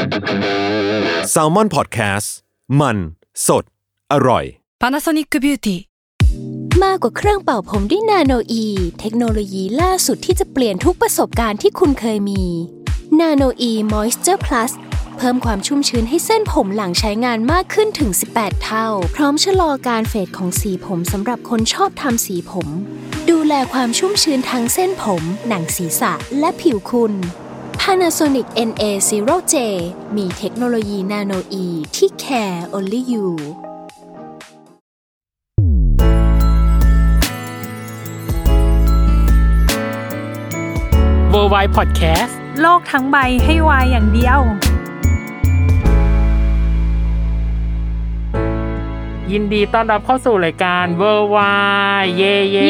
Salmon Podcast มันสดอร่อย Panasonic Beauty มากกว่าเครื่องเป่าผมด้วยนาโนอีเทคโนโลยีล่าสุดที่จะเปลี่ยนทุกประสบการณ์ที่คุณเคยมีนาโนอีมอยส์เจอร์พลัสเพิ่มความชุ่มชื้นให้เส้นผมหลังใช้งานมากขึ้นถึง18เท่าพร้อมชะลอการเฟดของสีผมสำหรับคนชอบทำสีผมดูแลความชุ่มชื้นทั้งเส้นผมหนังศีรษะและผิวคุณ Panasonic NA0J มีเทคโนโลยีนาโนอีที่ care only you Worldwide Podcast โลกทั้งใบให้วายอย่างเดียวยินดีต้อนรับเข้าสู่รายการ Worldwide เย่เย่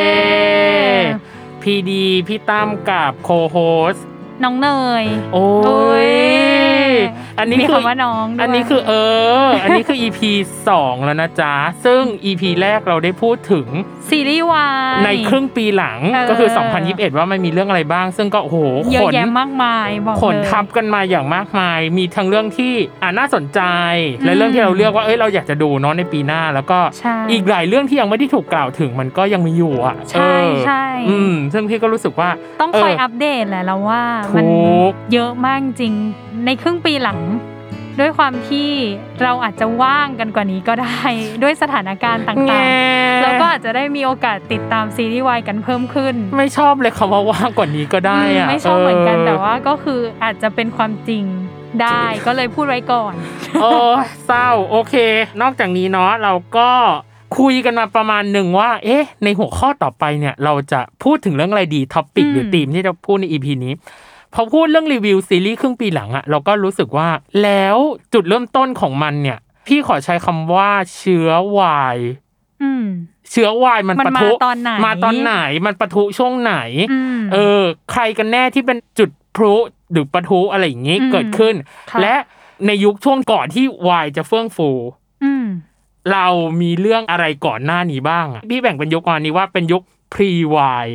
พี่ดีพี่ตั้มกับโคโฮสน้องเนยโอ้ยอันนี้คือว่าน้องอันนี้คืออันนี้คือ EP 2แล้วนะจ๊ะซึ่ง EP แรกเราได้พูดถึงซีรีส์วายในครึ่งปีหลังก็คือ2021ว่ามันมีเรื่องอะไรบ้างซึ่งก็โอ้โหเยอะแยะมากมายบอกเลยขนทับกันมาอย่างมากมายมีทั้งเรื่องที่น่าสนใจและเรื่องที่เราเลือกว่าเราอยากจะดูเนาะในปีหน้าแล้วก็อีกหลายเรื่องที่ยังไม่ได้ถูกกล่าวถึงมันก็ยังมีอยู่อ่ะใช่ใช่ซึ่งพี่ก็รู้สึกว่าต้องคอยอัปเดตแหละเราว่ามันเยอะมากจริงในครึ่งปีหลังด้วยความที่เราอาจจะว่างกันกว่านี้ก็ได้ด้วยสถานการณ์ต่างๆแล้วก็อาจจะได้มีโอกาสติดตามซีรีส์วายกันเพิ่มขึ้นไม่ชอบเลยคำว่าว่างกว่านี้ก็ได้อะไม่ชอบเหมือนกันแต่ว่าก็คืออาจจะเป็นความจริงได้ก็เลยพูดไว้ก่อนเศร้าโอเคนอกจากนี้เนาะเราก็คุยกันมาประมาณหนึ่งว่าในหัวข้อต่อไปเนี่ยเราจะพูดถึงเรื่องอะไรดีท็อปิกหรือธีมที่จะพูดใน EP นี้พอพูดเรื่องรีวิวซีรีส์ครึ่งปีหลังอะเราก็รู้สึกว่าแล้วจุดเริ่มต้นของมันเนี่ยพี่ขอใช้คำว่าเชื้อวายเชื้อวายมันปะทุมาตอนไหนมันปะทุช่วงไหนใครกันแน่ที่เป็นจุดพลุหรือปะทุอะไรอย่างงี้เกิดขึ้นและในยุคช่วงก่อนที่วายจะเฟื่องฟูเรามีเรื่องอะไรก่อนหน้านี้บ้างอ่ะพี่แบ่งเป็นยุคก่อนนี้ว่าเป็นยุคpre-Y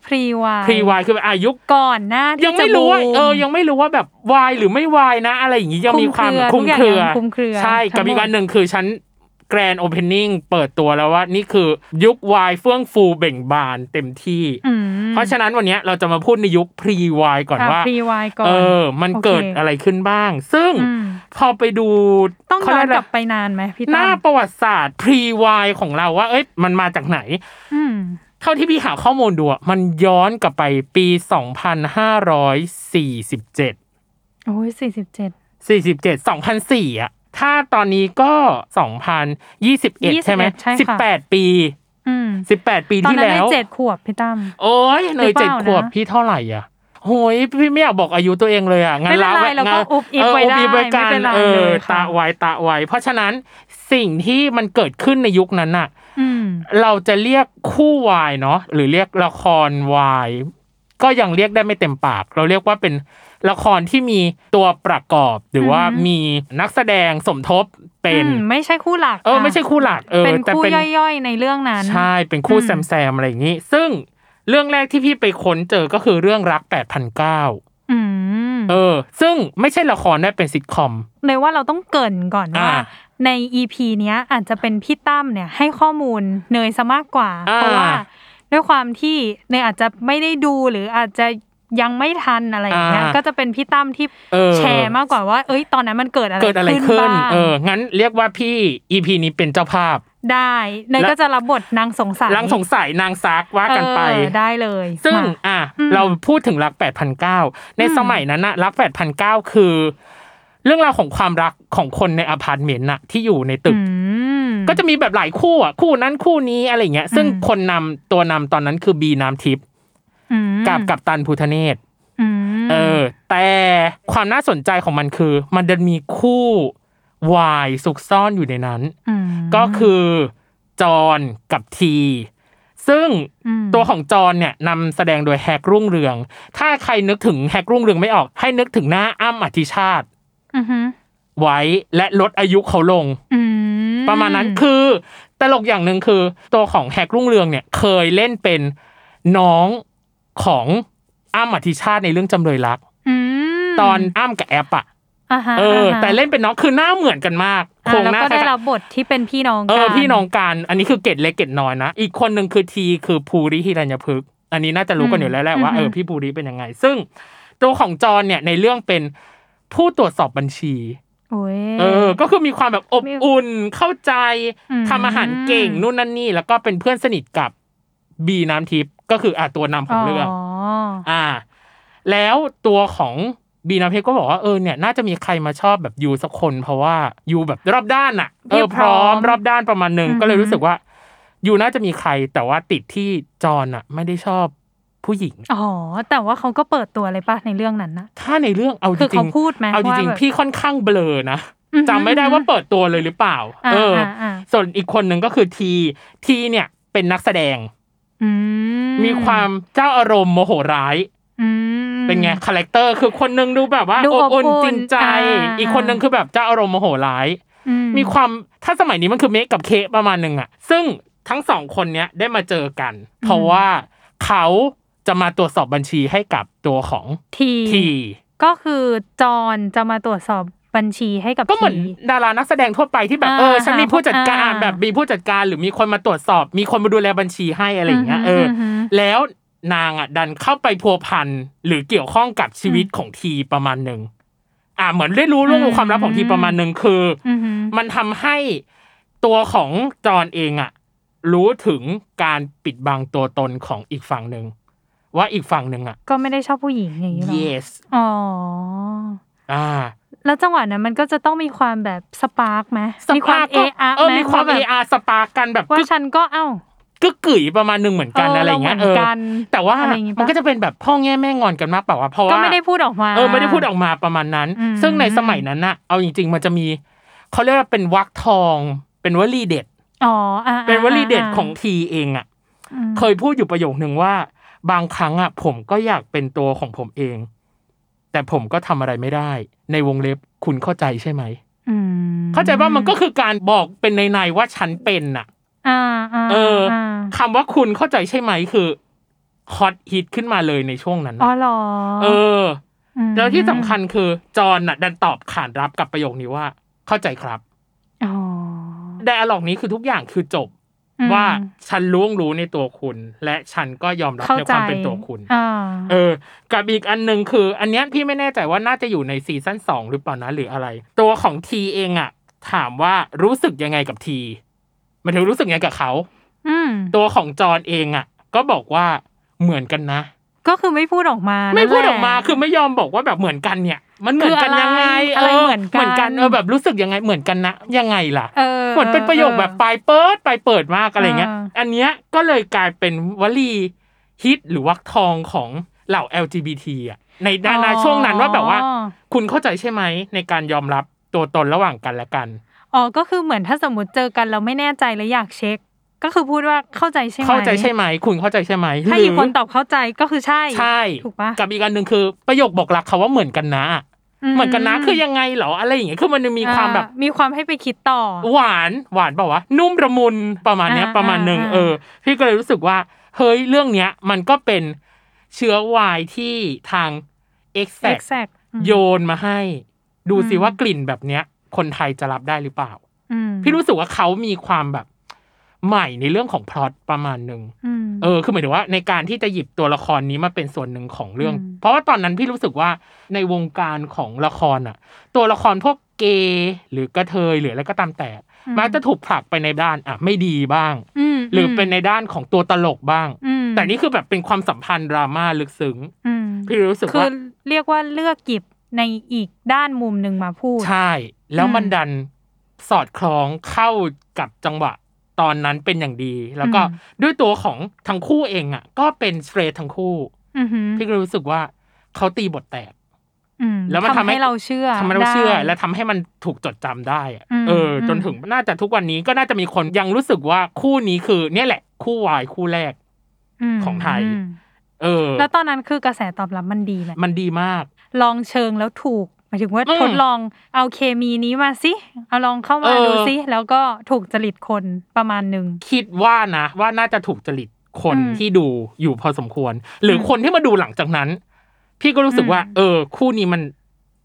pre-Y คืออายุก่อนหน้าที่ยังไม่รู้ว่ายังไม่รู้ว่าแบบ Y หรือไม่ Y นะอะไรอย่างงี้ยังมีความคลุมเครือใช่กับอีกอันนึงคือฉันแกรนด์โอเพนนิ่งเปิดตัวแล้วว่านี่คือยุค Y เฟื่องฟูเบ่งบานเต็มที่เพราะฉะนั้นวันนี้เราจะมาพูดในยุค pre-Y ก่อนว่า pre-Y ก่อนมันเกิดอะไรขึ้นบ้างซึ่งพอไปดูต้องย้อนกลับไปนานมั้ยพี่ตั้มหน้าประวัติศาสตร์ pre-Y ของเราว่ามันมาจากไหนเท่าที่พี่หาข้อมูลดูมันย้อนกลับไปปี2547โอ้ย47 2004อ่ะถ้าตอนนี้ก็2021ใช่มั้ย18ปี18ปีที่แล้วตอนนั้น7ขวบพี่ตั้มโอ้ยเนย7ขวบพี่เท่าไหร่อ่ะโหยพี่ไม่อยากบอกอายุตัวเองเลยอ่ะงั้นละเราก็อุบอิบไว้ได้ไม่เป็นไรตาไว้เพราะฉะนั้นสิ่งที่มันเกิดขึ้นในยุคนั้นน่ะเราจะเรียกคู่วายเนาะหรือเรียกละครวายก็ยังเรียกได้ไม่เต็มปากเราเรียกว่าเป็นละครที่มีตัวประกอบหรือว่ามีนักแสดงสมทบเป็นไม่ใช่คู่หลักไม่ใช่คู่หลักเป็นคู่ย่อยๆในเรื่องนั้นใช่เป็นคู่แซมอะไรอย่างงี้ซึ่งเรื่องแรกที่พี่ไปค้นเจอก็คือเรื่องรัก 8,900 ซึ่งไม่ใช่ละครได้เป็นซิทคอมเลยว่าเราต้องเกริ่นก่อนว่าใน EP เนี้ยอาจจะเป็นพี่ตั้มเนี่ยให้ข้อมูลเนยซะมากกว่าเพราะว่าด้วยความที่เนยอาจจะไม่ได้ดูหรืออาจจะยังไม่ทันอะไรอย่างเงี้ยก็จะเป็นพี่ตั้มที่แชร์มากกว่าว่าตอนนั้นมันเกิดอะไรขึ้นงั้นเรียกว่าพี่ EP นี้เป็นเจ้าภาพได้เนยก็จะรับบทนางสงสัยนางซักว่ากันไปได้เลยซึ่งเราพูดถึงรัก 8,900 ในสมัยนั้นน่ะรัก 8,900 คือเรื่องราวของความรักของคนในอพาร์ตเมนต์น่ะที่อยู่ในตึกก็จะมีแบบหลายคู่อ่ะคู่นั้นคู่นี้อะไรเงี้ยซึ่งคนนำตัวนำตอนนั้นคือบีน้ำทิพย์กับกัปตันภูทะเนศแต่ความน่าสนใจของมันคือมันจะมีคู่วายซุกซ่อนอยู่ในนั้นก็คือจอห์นกับทีซึ่งตัวของจอห์นเนี่ยนำแสดงโดยแฮกรุ่งเรืองถ้าใครนึกถึงแฮกรุ่งเรืองไม่ออกให้นึกถึงหน้าอ้ำอธิชาติไว้และลดอายุเขาลงประมาณนั้นคือตลกอย่างนึงคือตัวของแฮกรุ่งเรืองเนี่ยเคยเล่นเป็นน้องของอ้ำอธิชาติในเรื่องจำเลยรักตอนอ้ำกับแอปแต่เล่นเป็นน้องคือหน้าเหมือนกันมากโครงหน้าแล้วก็ได้รับบทที่เป็นพี่น้องกันพี่น้องกันอันนี้คือเกรดเล็กเกรดน้อยนะอีกคนนึงคือทีคือภูริหิรัญญพฤกษ์อันนี้น่าจะรู้กันอยู่แล้วแหละว่าพี่ภูริเป็นยังไงซึ่งตัวของจอนเนี่ยในเรื่องเป็นผู้ตรวจสอบบัญชีก็คือมีความแบบอบอุ่นเข้าใจทำอาหารเก่งนู่นนั่นนี่แล้วก็เป็นเพื่อนสนิทกับบีน้ำทิพย์ก็คือตัวนำของเรื่องแล้วตัวของบีน้ำทิพย์ก็บอกว่าเนี่ยน่าจะมีใครมาชอบแบบยูสักคนเพราะว่ายูแบบรอบด้านอ่ะพร้อมรอบด้านประมาณนึงก็เลยรู้สึกว่ายูน่าจะมีใครแต่ว่าติดที่จอนอ่ะไม่ได้ชอบผู้หญิงแต่ว่าเขาก็เปิดตัวเลยป่ะในเรื่องนั้นนะถ้าในเรื่องเอาจริงคือเขาพูดมั้ยเอาจริงๆพี่ค่อนข้างเบลอนะจำไม่ได้ว่าเปิดตัวเลยหรือเปล่าส่วนอีกคนนึงก็คือทีเนี่ยเป็นนักแสดงมีความเจ้าอารมณ์โมโหร้ายเป็นไงคาแรคเตอร์คือคนนึงดูแบบว่าอบอุ่นจริงใจอีกคนนึงคือแบบเจ้าอารมณ์โมโหร้ายมีความถ้าสมัยนี้มันคือเมคกับเคประมาณนึงอ่ะซึ่งทั้งสองคนเนี้ยได้มาเจอกันเพราะว่าเขาจะมาตรวจสอบบัญชีให้กับตัวของทีก็คือจอนจะมาตรวจสอบบัญชีให้กับก็เหมือนดารานักแสดงทั่วไปที่แบบฉันมีผู้จัดการแบบมีผู้จัดการหรือมีคนมาตรวจสอบมีคนมาดูแลบัญชีให้อะไรอย่างเงี้ยแล้วนางอ่ะดันเข้าไปพัวพันหรือเกี่ยวข้องกับชีวิตของทีประมาณนึงเหมือนได้รู้เรื่องความลับของทีประมาณนึงคือมันทำให้ตัวของจอนเองอ่ะรู้ถึงการปิดบังตัวตนของอีกฝั่งนึงว่าอีกฝั่งนึงอ่ะก็ไม่ได้ชอบผู้หญิงอย่างนี้หรอ yes แล้วจังหวะนั้นมันก็จะต้องมีความแบบสปาร์กมั้ยมีความมีความ AR สปาร์กกันแบบว่าฉันก็กึกกึ๋ยประมาณนึงเหมือนกันอะไรเงี้ยแต่ว่ามันก็จะเป็นแบบพ่อแง่แม่งอนกันมากเปล่าว่าเพราะว่าก็ไม่ได้พูดออกมาไม่ได้พูดออกมาประมาณนั้นซึ่งในสมัยนั้นน่ะเอาจริงๆมันจะมีเค้าเรียกว่าเป็นวรรคทองเป็นวลีเด็ดเป็นวลีเด็ดของทีเองอ่ะเคยพูดอยู่ประโยคนึงว่าบางครั้งอ่ะผมก็อยากเป็นตัวของผมเองแต่ผมก็ทำอะไรไม่ได้ในวงเล็บคุณเข้าใจใช่ไหมเข้าใจว่ามันก็คือการบอกเป็นในว่าฉันเป็นน่ะคำว่าคุณเข้าใจใช่ไหมคือฮอตฮิตขึ้นมาเลยในช่วงนั้นเหรอแล้วที่สำคัญคือจอนน่ะดันตอบขานรับกับประโยคนี้ว่าเข้าใจครับไดอะล็อกนี้คือทุกอย่างคือจบว่าฉันรู้ในตัวคุณและฉันก็ยอมรับในความเป็นตัวคุณกับอีกอันนึงคืออันเนี้ยพี่ไม่แน่ใจว่าน่าจะอยู่ในซีซั่น2หรือเปล่านะหรืออะไรตัวของทีเองอ่ะถามว่ารู้สึกยังไงกับทีมันถึงรู้สึกยังไงกับเขาตัวของจอนเองอ่ะก็บอกว่าเหมือนกันนะก็คือไม่พูดออกมาไม่พูดออกมาคือไม่ยอมบอกว่าแบบเหมือนกันเนี่ยมันเหมือนกันยังไงเหมือนกันแบบรู้สึกยังไงเหมือนกันนะยังไงล่ะเหมือนเป็นประโยคแบบปลายเปิดมากอะไรเงี้ยอันเนี้ยก็เลยกลายเป็นวลีฮิตหรือวรรคทองของเหล่า LGBT อ่ะในช่วงนั้นว่าแบบว่าคุณเข้าใจใช่ไหมในการยอมรับตัวตนระหว่างกันและกันก็คือเหมือนถ้าสมมุติเจอกันเราไม่แน่ใจแล้วอยากเช็คก็คือพูดว่าเข้าใจใช่ไหมเข้าใจใช่ไหมคุณเข้าใจใช่ไหมถ้าอีกคนตอบเข้าใจก็คือใช่ถูกปะกับอีกอันนึงคือประโยคบอกรักเขาว่าเหมือนกันนะเหมือนกันนะคือยังไงเหรออะไรอย่างเงี้ยคือมันมีความแบบมีความให้ไปคิดต่อหวานเปล่าวะนุ่มละมุนประมาณเนี้ยประมาณนึงพี่ก็เลยรู้สึกว่าเฮ้ยเรื่องเนี้ยมันก็เป็นเชื้อวายที่ทาง Exact โยนมาให้ดูสิว่ากลิ่นแบบเนี้ยคนไทยจะรับได้หรือเปล่าพี่รู้สึกว่าเขามีความแบบใหม่ในเรื่องของพล็อตประมาณนึงคือหมายถึงว่าในการที่จะหยิบตัวละครนี้มาเป็นส่วนหนึ่งของเรื่องเพราะว่าตอนนั้นพี่รู้สึกว่าในวงการของละครอ่ะตัวละครพวกเกย์หรือกระเทยหรืออะไรก็ตามแต่มันจะถูกผลักไปในด้านไม่ดีบ้างหรือเป็นในด้านของตัวตลกบ้างแต่นี่คือแบบเป็นความสัมพันธ์ดราม่าลึกซึ้งพี่รู้สึกว่าเรียกว่าเลือกหยิบในอีกด้านมุมนึงมาพูดใช่แล้วมันดันสอดคล้องเข้ากับจังหวะตอนนั้นเป็นอย่างดีแล้วก็ด้วยตัวของทั้งคู่เองอ่ะก็เป็นสเตรททั้งคู่พี่ก็รู้สึกว่าเขาตีบทแตกแล้วมันทำให้เราเชื่อและทำให้มันถูกจดจำได้จนถึงน่าจะทุกวันนี้ก็น่าจะมีคนยังรู้สึกว่าคู่นี้คือเนี่ยแหละคู่วายคู่แรกของไทยแล้วตอนนั้นคือกระแสตอบรับมันดีแหละมันดีมากลองเชิงแล้วถูกหมายถึงว่าทดลองเอาเคมีนี้มาสิเอาลองเข้ามาดูสิแล้วก็ถูกจริตคนประมาณนึงคิดว่านะว่าน่าจะถูกจริตคนที่ดูอยู่พอสมควรหรือคนที่มาดูหลังจากนั้นพี่ก็รู้สึกว่าคู่นี้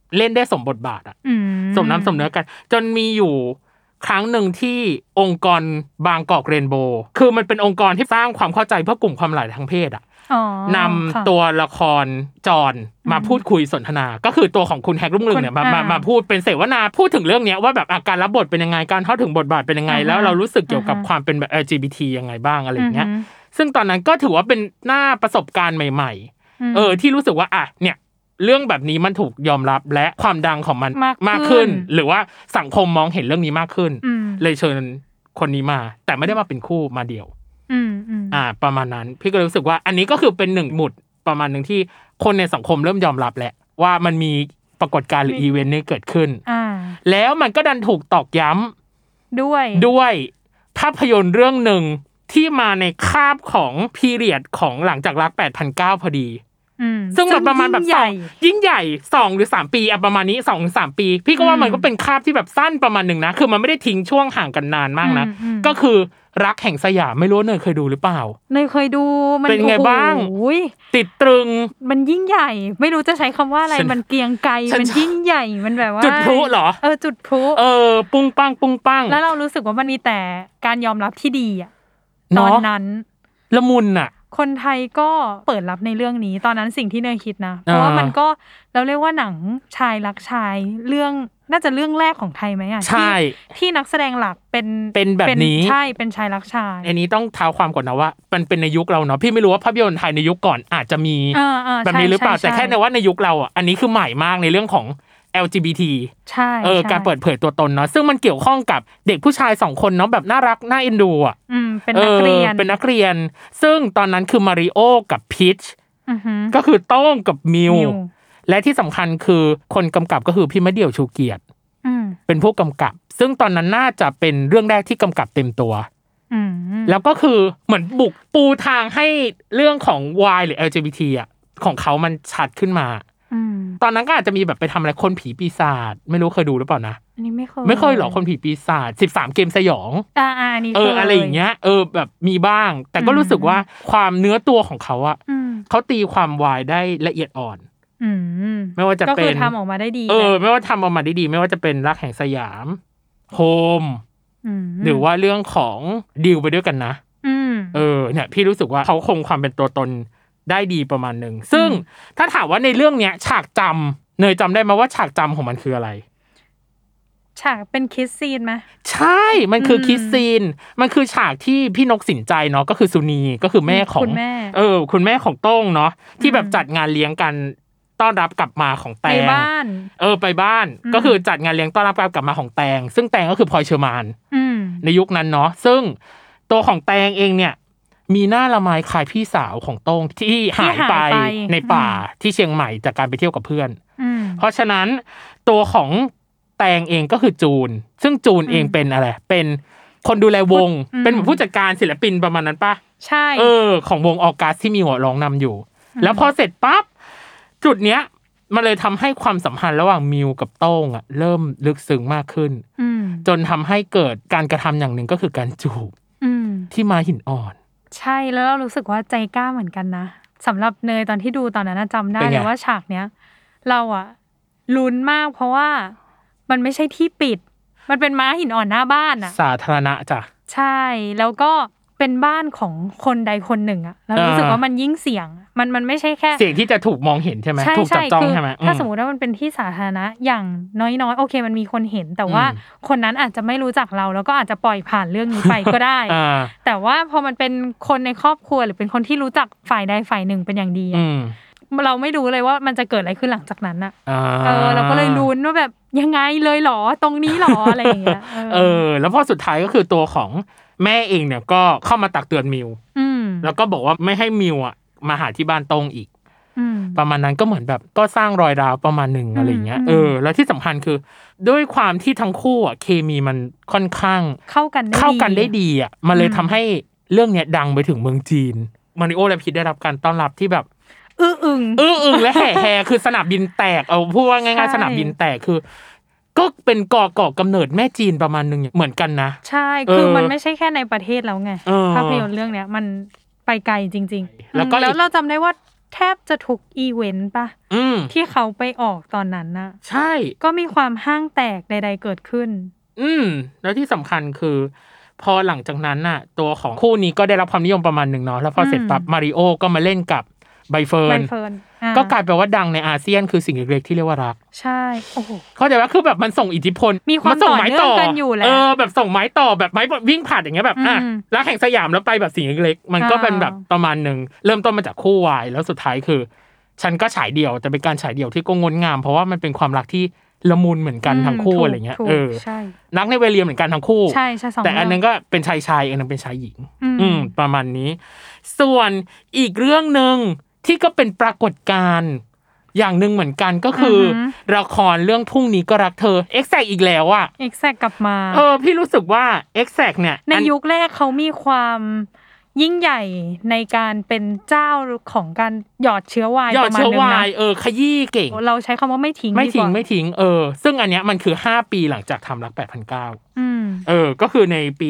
เล่นได้สมบทบาทอ่ะสมน้ำสมเนื้อกันจนมีอยู่ครั้งหนึ่งที่องค์กรบางกอกเรนโบว์คือมันเป็นองค์กรที่สร้างความเข้าใจเพื่อกลุ่มความหลากหลายทางเพศอ่ะนำตัวละครจอนมาพูดคุยสนทนาก็คือตัวของคุณแฮกรุ่งเรืองเนี่ยมาพูดเป็นเสวนาพูดถึงเรื่องนี้ว่าแบบการรับบทเป็นยังไงการเข้าถึงบทบาทเป็นยังไงแล้วเรารู้สึกเกี่ยวกับความเป็นแบบ LGBT ยังไงบ้างอะไรอย่างเงี้ยซึ่งตอนนั้นก็ถือว่าเป็นหน้าประสบการณ์ใหม่ๆที่รู้สึกว่าเนี่ยเรื่องแบบนี้มันถูกยอมรับและความดังของมันมากขึ้นหรือว่าสังคมมองเห็นเรื่องนี้มากขึ้นเลยเชิญคนนี้มาแต่ไม่ได้มาเป็นคู่มาเดี่ยวประมาณนั้นพี่ก็รู้สึกว่าอันนี้ก็คือเป็นหนึ่งหมุดประมาณนึงที่คนในสังคมเริ่มยอมรับแหละว่ามันมีปรากฏการณ์หรืออีเวนต์นี้เกิดขึ้นแล้วมันก็ดันถูกตอกย้ำด้วยภาพยนตร์เรื่องนึงที่มาในคาบของพีเรียดของหลังจากรัก 8,900 พอดีซึ่งประมาณแบบยิ่งใหญ่2หรือ3ปีประมาณนี้ 2-3 ปีพี่ก็ว่ามันก็เป็นคาบที่แบบสั้นประมาณนึงนะคือมันไม่ได้ทิ้งช่วงห่างกันนานมากนะก็คือรักแห่งสยามไม่รู้เนยเคยดูหรือเปล่าเนยเคยดูมันเป็นไงบ้างติดตรึงมันยิ่งใหญ่ไม่รู้จะใช้คำว่าอะไรมันเกรียงไกรมันยิ่งใหญ่มันแบบว่าจุดพลุเหรอจุดพลุปุ้งปังปุ้งปังแล้วเรารู้สึกว่ามันมีแต่การยอมรับที่ดีอ่ะตอนนั้นละมุนอ่ะคนไทยก็เปิดรับในเรื่องนี้ตอนนั้นสิ่งที่เนยคิดนะเพราะว่ามันก็เราเรียกว่าหนังชายรักชายเรื่องน่าจะเรื่องแรกของไทยไหมอ่ะที่นักแสดงหลักเป็นแบบนี้ใช่เป็นชายรักชายอันนี้ต้องเท้าความก่อนนะว่ามันเป็นในยุคเราเนาะพี่ไม่รู้ว่าภาพยนตร์ไทยในยุคก่อนอาจจะมีแบบนี้หรือเปล่าแต่แค่ในว่าในยุคเราอ่ะอันนี้คือใหม่มากในเรื่องของLGBT ใช่การเปิดเผยตัวตนเนาะซึ่งมันเกี่ยวข้องกับเด็กผู้ชาย2คนเนาะแบบน่ารักน่าเอ็นดูอ่ะเป็นนักเรียนซึ่งตอนนั้นคือมาริโอกับพีชก็คือโต้งกับมิวและที่สำคัญคือคนกำกับก็คือพี่มะเดี่ยวชูเกียรติเป็นผู้กำกับซึ่งตอนนั้นน่าจะเป็นเรื่องแรกที่กำกับเต็มตัวแล้วก็คือเหมือนบุกปูทางให้เรื่องของ Y หรือ LGBT อ่ะของเขามันชัดขึ้นมาตอนนั้นก็อาจจะมีแบบไปทำอะไรคนผีปีศาจไม่รู้เคยดูหรือเปล่านะอันนี้ไม่เคยหรอคนผีปีศาจ13เกมสยองอันนี้อะไรอย่างเงี้ยแบบมีบ้างแต่ก็รู้สึกว่าความเนื้อตัวของเขาอะเขาตีความวายได้ละเอียดอ่อนไม่ว่าจะเป็นก็คือทำออกมาได้ดีไม่ว่าทำออกมาได้ดีไม่ว่าจะเป็นรักแห่งสยามโฮมหรือว่าเรื่องของดิวไปด้วยกันนะเนี่ยพี่รู้สึกว่าเขาคงความเป็นตัวตนได้ดีประมาณนึงซึ่งถ้าถามว่าในเรื่องเนี้ยฉากจำเนยจำได้ไหมว่าฉากจำของมันคืออะไรฉากเป็นคิสซีนไหมใช่มันคือคิสซีนมันคือฉากที่พี่นกสินใจเนาะก็คือสุนีก็คือแม่ของคุณแม่ของโต้งเนาะที่แบบจัดงานเลี้ยงกันต้อนรับกลับมาของแตงไปบ้านก็คือจัดงานเลี้ยงต้อนรับกลับมาของแตงซึ่งแตงก็คือพลอยเชอร์มานในยุคนั้นเนาะซึ่งตัวของแตงเองเนี่ยมีหน้าละไมคล้ายพี่สาวของโต้งที่หายไปในป่าที่เชียงใหม่จากการไปเที่ยวกับเพื่อนเพราะฉะนั้นตัวของแตงเองก็คือจูนซึ่งจูนเองเป็นอะไรเป็นคนดูแลวงเป็นผู้จัดการศิลปินประมาณนั้นป่ะใช่ของวงออกัสที่มีหัวร้องนำอยู่แล้วพอเสร็จปั๊บจุดเนี้ยมันเลยทำให้ความสัมพันธ์ระหว่างมิวกับโต้งอ่ะเริ่มลึกซึ้งมากขึ้นจนทำให้เกิดการกระทำอย่างหนึ่งก็คือการจูบที่ม้าหินอ่อนใช่แล้วเรารู้สึกว่าใจกล้าเหมือนกันนะสำหรับเนยตอนที่ดูตอนนั้นจำได้เลยว่าฉากเนี้ยเราอ่ะลุ้นมากเพราะว่ามันไม่ใช่ที่ปิดมันเป็นม้าหินอ่อนหน้าบ้านอ่ะสาธารณะจ้ะใช่แล้วก็เป็นบ้านของคนใดคนหนึ่งอ่ะเรารู้สึกว่ามันยิ่งเสี่ยงมันไม่ใช่แค่เสี่ยงที่จะถูกมองเห็นใช่ไหมถูกจับจ้องใช่ไหมถ้าสมมติว่ามันเป็นที่สาธารณะอย่างน้อยๆโอเคมันมีคนเห็นแต่ว่าคนนั้นอาจจะไม่รู้จักเราแล้วก็อาจจะปล่อยผ่านเรื่องนี้ไปก็ได้แต่ว่าพอมันเป็นคนในครอบครัวหรือเป็นคนที่รู้จักฝ่ายใดฝ่ายหนึ่งเป็นอย่างดีเราไม่รู้เลยว่ามันจะเกิดอะไรขึ้นหลังจากนั้นอ่ะเราก็เลยลุ้นว่าแบบยังไงเลยหรอตรงนี้หรออะไรอย่างเงี้ยแล้วพอสุดท้ายก็คือตัวของแม่เองเนี่ยก็เข้ามาตักเตือนมิวแล้วก็บอกว่าไม่ให้มิวอ่ะมาหาที่บ้านตรงอีกประมาณนั้นก็เหมือนแบบก็สร้างรอยร้าวประมาณนึงอะไรเงี้ยแล้วที่สำคัญคือด้วยความที่ทั้งคู่อ่ะเคมีมันค่อนข้างเข้ากันได้ดีอ่ะมันเลยทำให้เรื่องเนี้ยดังไปถึงเมืองจีนมาริโอและพีทได้รับการต้อนรับที่แบบอึ้งและแห่คือสนามบินแตกเอาพูดว่าง่ายๆสนามบินแตกคือก็เป็นก่อกำเนิดแม่จีนประมาณนึงเหมือนกันนะใช่คือมันไม่ใช่แค่ในประเทศแล้วไงภาพยนตร์เรื่องเนี้ยมันไปไกลจริงๆแล้วเราจำได้ว่าแทบจะทุกอีเวนต์ป่ะที่เขาไปออกตอนนั้นน่ะใช่ก็มีความห้างแตกใดๆเกิดขึ้นแล้วที่สำคัญคือพอหลังจากนั้นน่ะตัวของคู่นี้ก็ได้รับความนิยมประมาณนึงเนาะแล้วพอเสร็จปั๊บมาริโอก็มาเล่นกับใบเฟิร์นก็กลายเป็นว่าดังในอาเซียนคือสิ่งเล็กๆที่เรียกว่ารักใช่โอ้โหเข้าใจว่าคือแบบมันส่งอิทธิพลมีความต่อเนื่องกันอยู่แหละแบบส่งไม้ต่อแบบไม้วิ่งผ่านอย่างเงี้ยแบบรักแห่งสยามแล้วไปแบบสิ่งเล็กๆมันก็เป็นแบบประมาณนึงเริ่มต้นมาจากคู่วายแล้วสุดท้ายคือฉันก็ฉายเดี่ยวแต่เป็นการฉายเดี่ยวที่ก็งดงามเพราะว่ามันเป็นความรักที่ละมุนเหมือนกันทั้งคู่อะไรเงี้ยใช่รักในเวลียเหมือนกันทั้งคู่ใช่ๆ2 แต่อันนึงก็เป็นชายอันนึงเป็นชายหญิงประมาณนี้ส่วนอีกเรื่องนึงที่ก็เป็นปรากฏการณ์อย่างนึงเหมือนกันก็คือละครเรื่องพรุ่งนี้ก็รักเธอ Exact อีกแล้วอ่ะ Exact กลับมาพี่รู้สึกว่า Exact เนี่ยในยุคแรกเขามีความยิ่งใหญ่ในการเป็นเจ้าของการหยอดเชื้อวายประมาณนึงนะขยี้เก่งเราใช้คำว่าไม่ทิ้งซึ่งอันเนี้ยมันคือ5ปีหลังจากทำรัก 8,900ก็คือในปี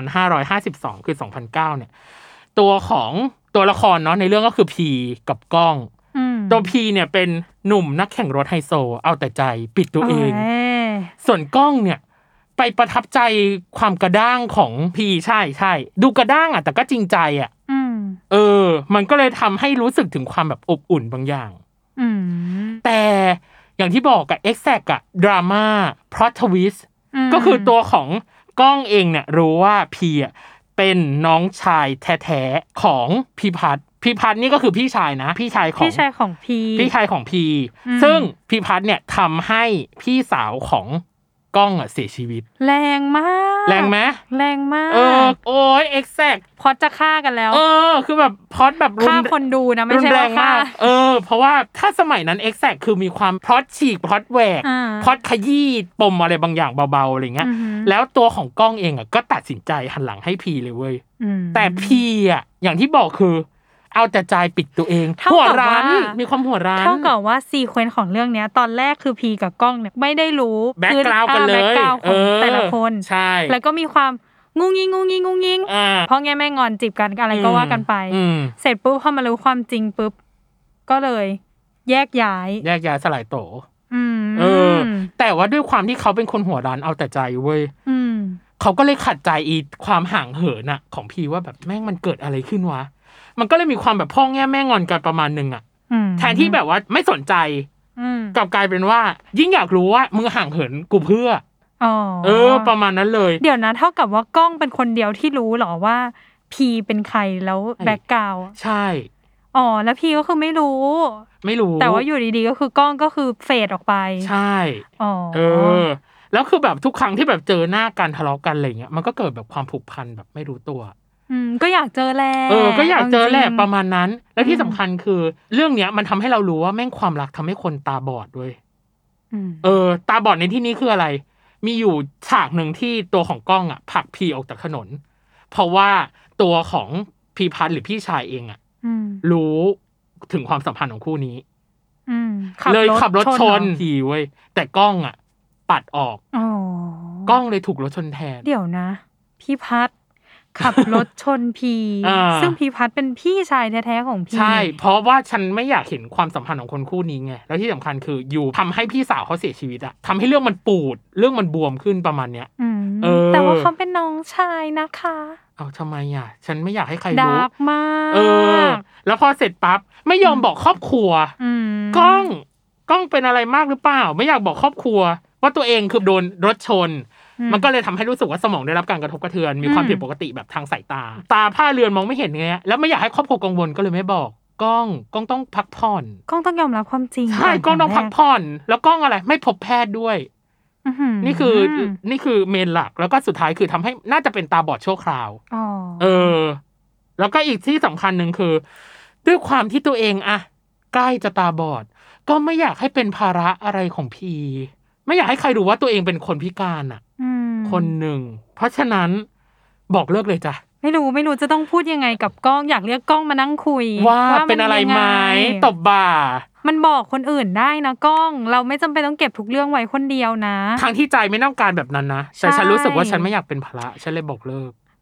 2552คือ2009เนี่ยตัวของตัวละครเนาะในเรื่องก็คือพีกับก้องตัวพีเนี่ยเป็นหนุ่มนักแข่งรถไฮโซเอาแต่ใจปิดตัวเองส่วนก้องเนี่ยไปประทับใจความกระด้างของพีใช่ดูกระด้างอ่ะแต่ก็จริงใจอ่ะมันก็เลยทำให้รู้สึกถึงความแบบอบอุ่นบางอย่างแต่อย่างที่บอกกับ Exact อะดราม่าพล็อตทวิสต์ก็คือตัวของก้องเองเนี่ยรู้ว่าพีอ่ะเป็นน้องชายแท้ๆของพี่พัฒน์นี่ก็คือพี่ชายนะพี่ชายของพีซึ่งพี่พัฒน์เนี่ยทำให้พี่สาวของก้องอ่ะเสียชีวิตแรงมากแรงไหมแรงมากโอ้ย Exact พอจะฆ่ากันแล้วคือแบบพอดแบบฆ่าคนดูนะไม่ใช่ว่าฆ่าเพราะว่าถ้าสมัยนั้น Exact คือมีความพล็อตฉีกพล็อตแหวกพล็อตขยี้ปมอะไรบางอย่างเบาๆอะไรเงี้ยแล้วตัวของก้องเองอ่ะก็ตัดสินใจหันหลังให้พีเลยเว้ยแต่พีอ่ะอย่างที่บอกคือเอาแต่ใจปิดตัวเองหัวร้านมีความหัวร้านเท่ากับว่าซีเควนซ์ของเรื่องเนี้ยตอนแรกคือพีกับก้องเนี่ยไม่ได้รู้แบ็คกราวด์กันเลยแบ็คกราวด์ของแต่ละคนใช่แล้วก็มีความงุ้งงิ้งเพราะแง่แม่งอนจีบกันอะไรก็ว่ากันไปเสร็จปุ๊บพอมารู้ความจริงปุ๊บก็เลยแยกย้ายสลายโตแต่ว่าด้วยความที่เขาเป็นคนหัวร้านเอาแต่ใจเว้ยเขาก็เลยขัดใจอีความห่างเหินน่ะของพีว่าแบบแม่งมันเกิดอะไรขึ้นวะมันก็เลยมีความแบบพ่อแง่แม่งอนกันประมาณนึงอ่ะแทนที่แบบว่าไม่สนใจกลับกลายเป็นว่ายิ่งอยากรู้ว่ามึงห่างเหินกูเพื่อประมาณนั้นเลยเดี๋ยวนะเท่ากับว่าก้องเป็นคนเดียวที่รู้หรอว่าพีเป็นใครแล้วแบ็คกราวด์ใช่แล้วพีก็คือไม่รู้แต่ว่าอยู่ดีๆก็คือกล้องก็คือเฟดออกไปใช่แล้วคือแบบทุกครั้งที่แบบเจอหน้ากันทะเลาะกันอะไรเงี้ยมันก็เกิดแบบความผูกพันแบบไม่รู้ตัวก็อยากเจอแหละก็อยากเจอแหละประมาณนั้นและที่สำคัญคือเรื่องเนี้ยมันทำให้เรารู้ว่าแม่งความรักทำให้คนตาบอดด้วยตาบอดในที่นี้คืออะไรมีอยู่ฉากหนึ่งที่ตัวของก้องอ่ะผลักพีออกจากถนนเพราะว่าตัวของพีพัฒน์หรือพี่ชายเองอ่ะรู้ถึงความสัมพันธ์ของคู่นี้เลยขับรถชนพีเว้ยแต่ก้องอ่ะปัดออกก้องเลยถูกรถชนแทนเดี๋ยวนะพี่พัฒน์ขับรถชนพีซึ่งพีพัฒน์เป็นพี่ชายแท้ๆของพีใช่เพราะว่าฉันไม่อยากเห็นความสัมพันธ์ของคนคู่นี้ไงแล้วที่สำคัญคืออยู่ทำให้พี่สาวเขาเสียชีวิตอะทำให้เรื่องมันปูดเรื่องมันบวมขึ้นประมาณเนี้ยแต่ว่าเขาเป็นน้องชายนะคะเอาทำไมอ่ะฉันไม่อยากให้ใครรู้ดาร์กมากแล้วพอเสร็จปั๊บไม่ยอมบอกครอบครัวก้องเป็นอะไรมากหรือเปล่าไม่อยากบอกครอบครัวว่าตัวเองคือโดนรถชนมันก็เลยทำให้รู้สึกว่าสมองได้รับการกระทบกระเทือนมีความผิดปกติแบบทางสายตาผ้าเรือนมองไม่เห็นไงแล้วไม่อยากให้ครอบครัวกังวลก็เลยไม่บอกก้องต้องพักผ่อนก้องต้องยอมรับความจริงใช่ก้องต้องพักผ่อนแล้วก้องอะไรไม่พบแพทย์ด้วยนี่คือเมนหลักแล้วก็สุดท้ายคือทำให้น่าจะเป็นตาบอดชั่วคราวแล้วก็อีกที่สำคัญนึงคือด้วยความที่ตัวเองอะใกล้จะตาบอดก็ไม่อยากให้เป็นภาระอะไรของพีไม่อยากให้ใครรู้ว่าตัวเองเป็นคนพิการอ่ะคนหนึ่งเพราะฉะนั้นบอกเลิกเลยจ้ะไม่รู้จะต้องพูดยังไงกับก้องอยากเรียกก้องมานั่งคุยว่าเป็นอะไรไหมตบบ่ามันบอกคนอื่นได้นะก้องเราไม่จำเป็นต้องเก็บทุกเรื่องไว้คนเดียวนะทางที่ใจไม่ต้องการแบบนั้นนะแต่ฉันรู้สึกว่าฉันไม่อยากเป็นภาระฉันเลยบอกเลิก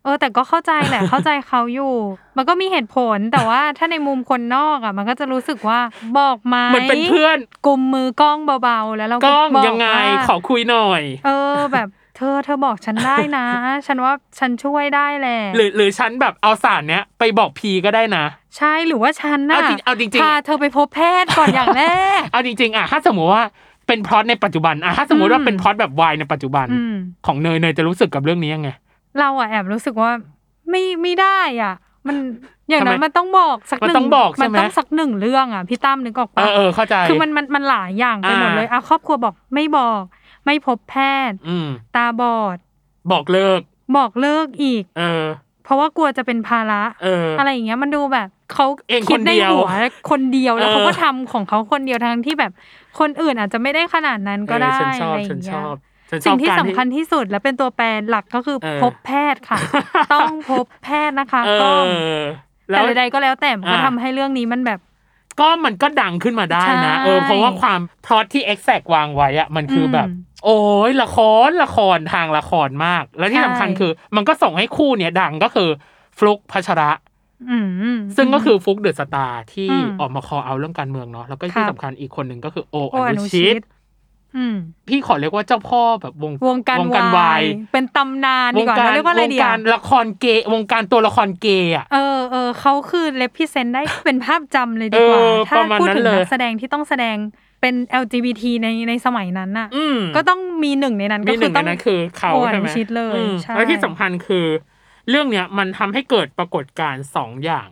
แต่ก็เข้าใจแหละ เข้าใจเขาอยู่มันก็มีเหตุผลแต่ว่าถ้าในมุมคนนอกอ่ะมันก็จะรู้สึกว่าบอกไหมเหมือนเป็นเพื่อนกุมมือกล้องเบาๆแล้วเราก็บอกยังไงขอคุยหน่อยแบบเธอบอกฉันได้นะ ฉันว่าฉันช่วยได้แหละหรือฉันแบบเอาสารเนี้ยไปบอกพีก็ได้นะใช่หรือว่าฉันน่ะเอาจริงๆพาเธอไปพบแพทย์ก่อนอย่างแรกเอาจริงๆถ้าสมมติว่าเป็นพล็อตในปัจจุบันถ้าสมมติว่าเป็นพล็อตแบบวายในปัจจุบันของเนยจะรู้สึกกับเรื่องนี้ยังไงเราแอบรู้สึกว่าไม่ได้มันอย่างนั้นมันต้องบอกสักหนึ่งมันต้องสักหนึ่งเรื่องพี่ตั้มนึกออกปะเข้าใจคือมันหลายอย่างไปหมดเลยครอบครัวบอกไม่บอกไม่พบแพทย์ตาบอดบอกเลิกอีกเพราะว่ากลัวจะเป็นภาระอะไรอย่างเงี้ยมันดูแบบเขาคิดในหัวคนเดียวแล้วเขาก็ทำของเขาคนเดียวทั้งที่แบบคนอื่นอาจจะไม่ได้ขนาดนั้นก็ได้อะไรอย่างเงี้ยสิ่งที่สำคัญที่สุดและเป็นตัวแปรหลักก็คือพบแพทย์ค่ะต้องพบแพทย์นะคะแต่ใดๆก็แล้วแต่มันก็ทำให้เรื่องนี้มันแบบมันก็ดังขึ้นมาได้นะเพราะว่าความพล็อตที่ exact วางไว้มันคือแบบโอ้ยละครทางละครมากแล้วที่สำคัญคือมันก็ส่งให้คู่เนี้ยดังก็คือฟลุ๊กพัชระซึ่งก็คือฟลุ๊กเดอะสตาร์ที่ออกมาคอเอาเรื่องการเมืองเนาะแล้วก็ที่สำคัญอีกคนหนึ่งก็คือโออนุชิตพี่ขอเรียกว่าเจ้าพ่อแบบวงการวายเป็นตำนานดีกว่าเรียกว่าอะไรดีวงการละครเกย์วงการตัวละครเกย์เขาคือเรพรีเซนต์ได้เป็นภาพจำเลยดีกว่าถ้าพูดถึงนักแสดงที่ต้องแสดงเป็น LGBT ในสมัยนั้นน่ะก็ต้องมีหนึ่งในนั้นก็คือต้องคือเขาใช่ไหมแล้วที่สำคัญคือเรื่องเนี้ยมันทำให้เกิดปรากฏการณ์2อย่าง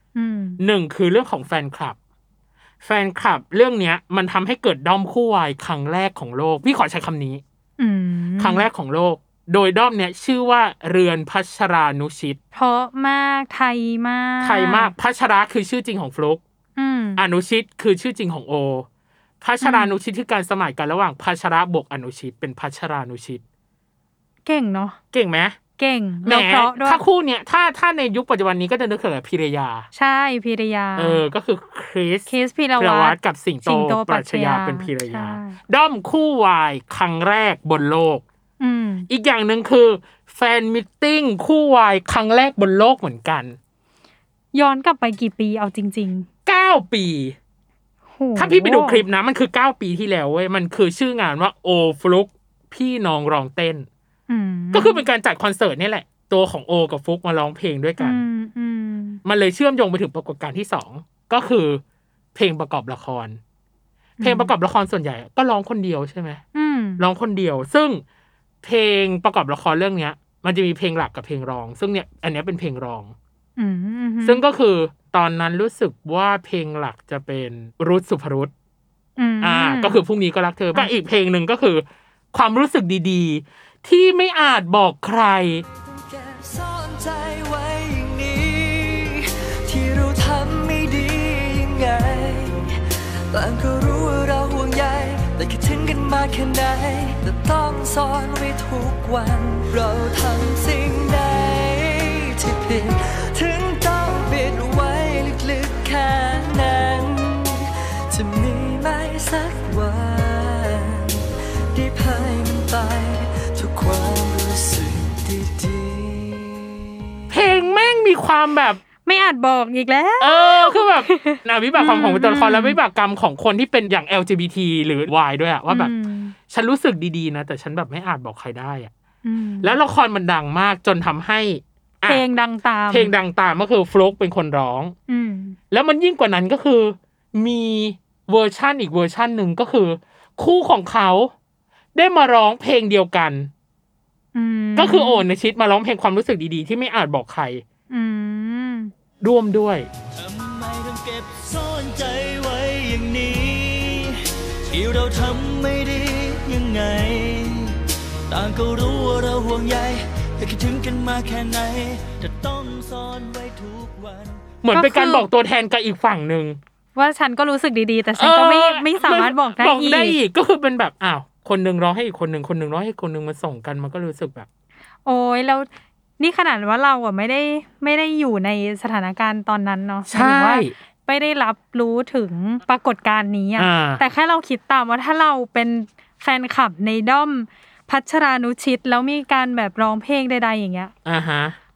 1คือเรื่องของแฟนคลับเรื่องเนี้ยมันทำให้เกิดด้อมคู่วายครั้งแรกของโลกพี่ขอใช้คำนี้ครั้งแรกของโลกโดยด้อมเนี้ยชื่อว่าเรือนพัชรานุชิตเพราะมากไทยมากพัชราคือชื่อจริงของฟลุ๊กอนุชิตคือชื่อจริงของโอพัชรานุชิตคือการสมัยกันระหว่างพัชระบวกอนุชิตเป็นพัชรานุชิตเก่งเนาะเก่งไหมเก่งแหมถ้าคู่เนี้ยถ้าในยุคปัจจุบันนี้ก็จะนึกถึงพิรยาใช่พิรยาก็คือคริสพิรวัตรกับสิงโตปรัชญาเป็นพิรยาด้อมคู่วายครั้งแรกบนโลกอีกอย่างนึงคือแฟนมิทติ้งคู่วายครั้งแรกบนโลกเหมือนกันย้อนกลับไปกี่ปีเอาจริงๆ9ปีถ้าพี่ไปดูคลิปนะมันคือ9ปีที่แล้วเว้ยมันคือชื่องานว่าโอฟลุกพี่น้องร้องเต้นก็คือเป็นการจัดคอนเสิร์ตนี่แหละตัวของโอกับฟลุกมาร้องเพลงด้วยกันมันเลยเชื่อมโยงไปถึงปรากฏการณ์ที่2ก็คือเพลงประกอบละครเพลงประกอบละครส่วนใหญ่ก็ร้องคนเดียวใช่ไหมร้องคนเดียวซึ่งเพลงประกอบละครเรื่องเนี้ยมันจะมีเพลงหลักกับเพลงรองซึ่งเนี่ยอันนี้เป็นเพลงรองซึ่งก็คือตอนนั้นรู้สึกว่าเพลงหลักจะเป็นรุธสุภรุธก็คือพรุ่งนี้ก็รักเธอก็อีกเพลงนึงก็คือความรู้สึกดีๆที่ไม่อาจบอกใครซ่อนใจไว้อย่างนี้ที่เราทำไม่ดียังไงต่างก็รู้ว่าเราห่วงใยแต่คิดถึงกันมาแค่ไหนแต่ต้องซ่อนไว้ทุกวันเราทำสิ่งใดที่ผิดถึงต้องปิดไว้ลึกๆแค่นั้นจะมีไหมสักวันได้พายมันไปทุกความรู้สึกดีๆเพลงแม่งมีความแบบไม่อาจบอกอีกแล้วคือแบบวิบากความของตัวละครและวิบากกรรมของคนที่เป็นอย่าง LGBT หรือ Y ด้วยอะว่าแบบฉันรู้สึกดีๆนะแต่ฉันแบบไม่อาจบอกใครได้อะแล้วละครมันดังมากจนทำให้เพลงดังตามก็คือฟลุ๊กเป็นคนร้องแล้วมันยิ่งกว่านั้นก็คือมีเวอร์ชันอีกเวอร์ชันนึงก็คือคู่ของเขาได้มาร้องเพลงเดียวกันก็คือโอนชิตมาร้องเพลงความรู้สึกดีๆที่ไม่อาจบอกใครร่วมด้วยทำไมต้องเก็บซ่อนใจไว้อย่างนี้ที่เราทำไม่ดียังไงต่างก็รู้ว่าเราห่วงใยแต่คิดถึงกันมาแค่ไหนจะต้องซ่อนไว้ทุกวันเหมือนเป็นการบอกตัวแทนกับอีกฝั่งนึงว่าฉันก็รู้สึกดีๆแต่ฉันก็ไม่สามารถบอกได้อีกก็คือเป็นแบบอ้าวคนนึงร้องให้อีกคนนึงร้องให้คนนึงมาส่งกันมันก็รู้สึกแบบโอ้ยแล้วนี่ขนาดว่าเราไม่ได้อยู่ในสถานการณ์ตอนนั้นเนาะใช่ว่าไม่ได้รับรู้ถึงปรากฏการณ์นี้แต่แค่เราคิดตามว่าถ้าเราเป็นแฟนคลับในด้อมพัชรานุชิตแล้วมีการแบบร้องเพลงใดๆอย่างเงี้ย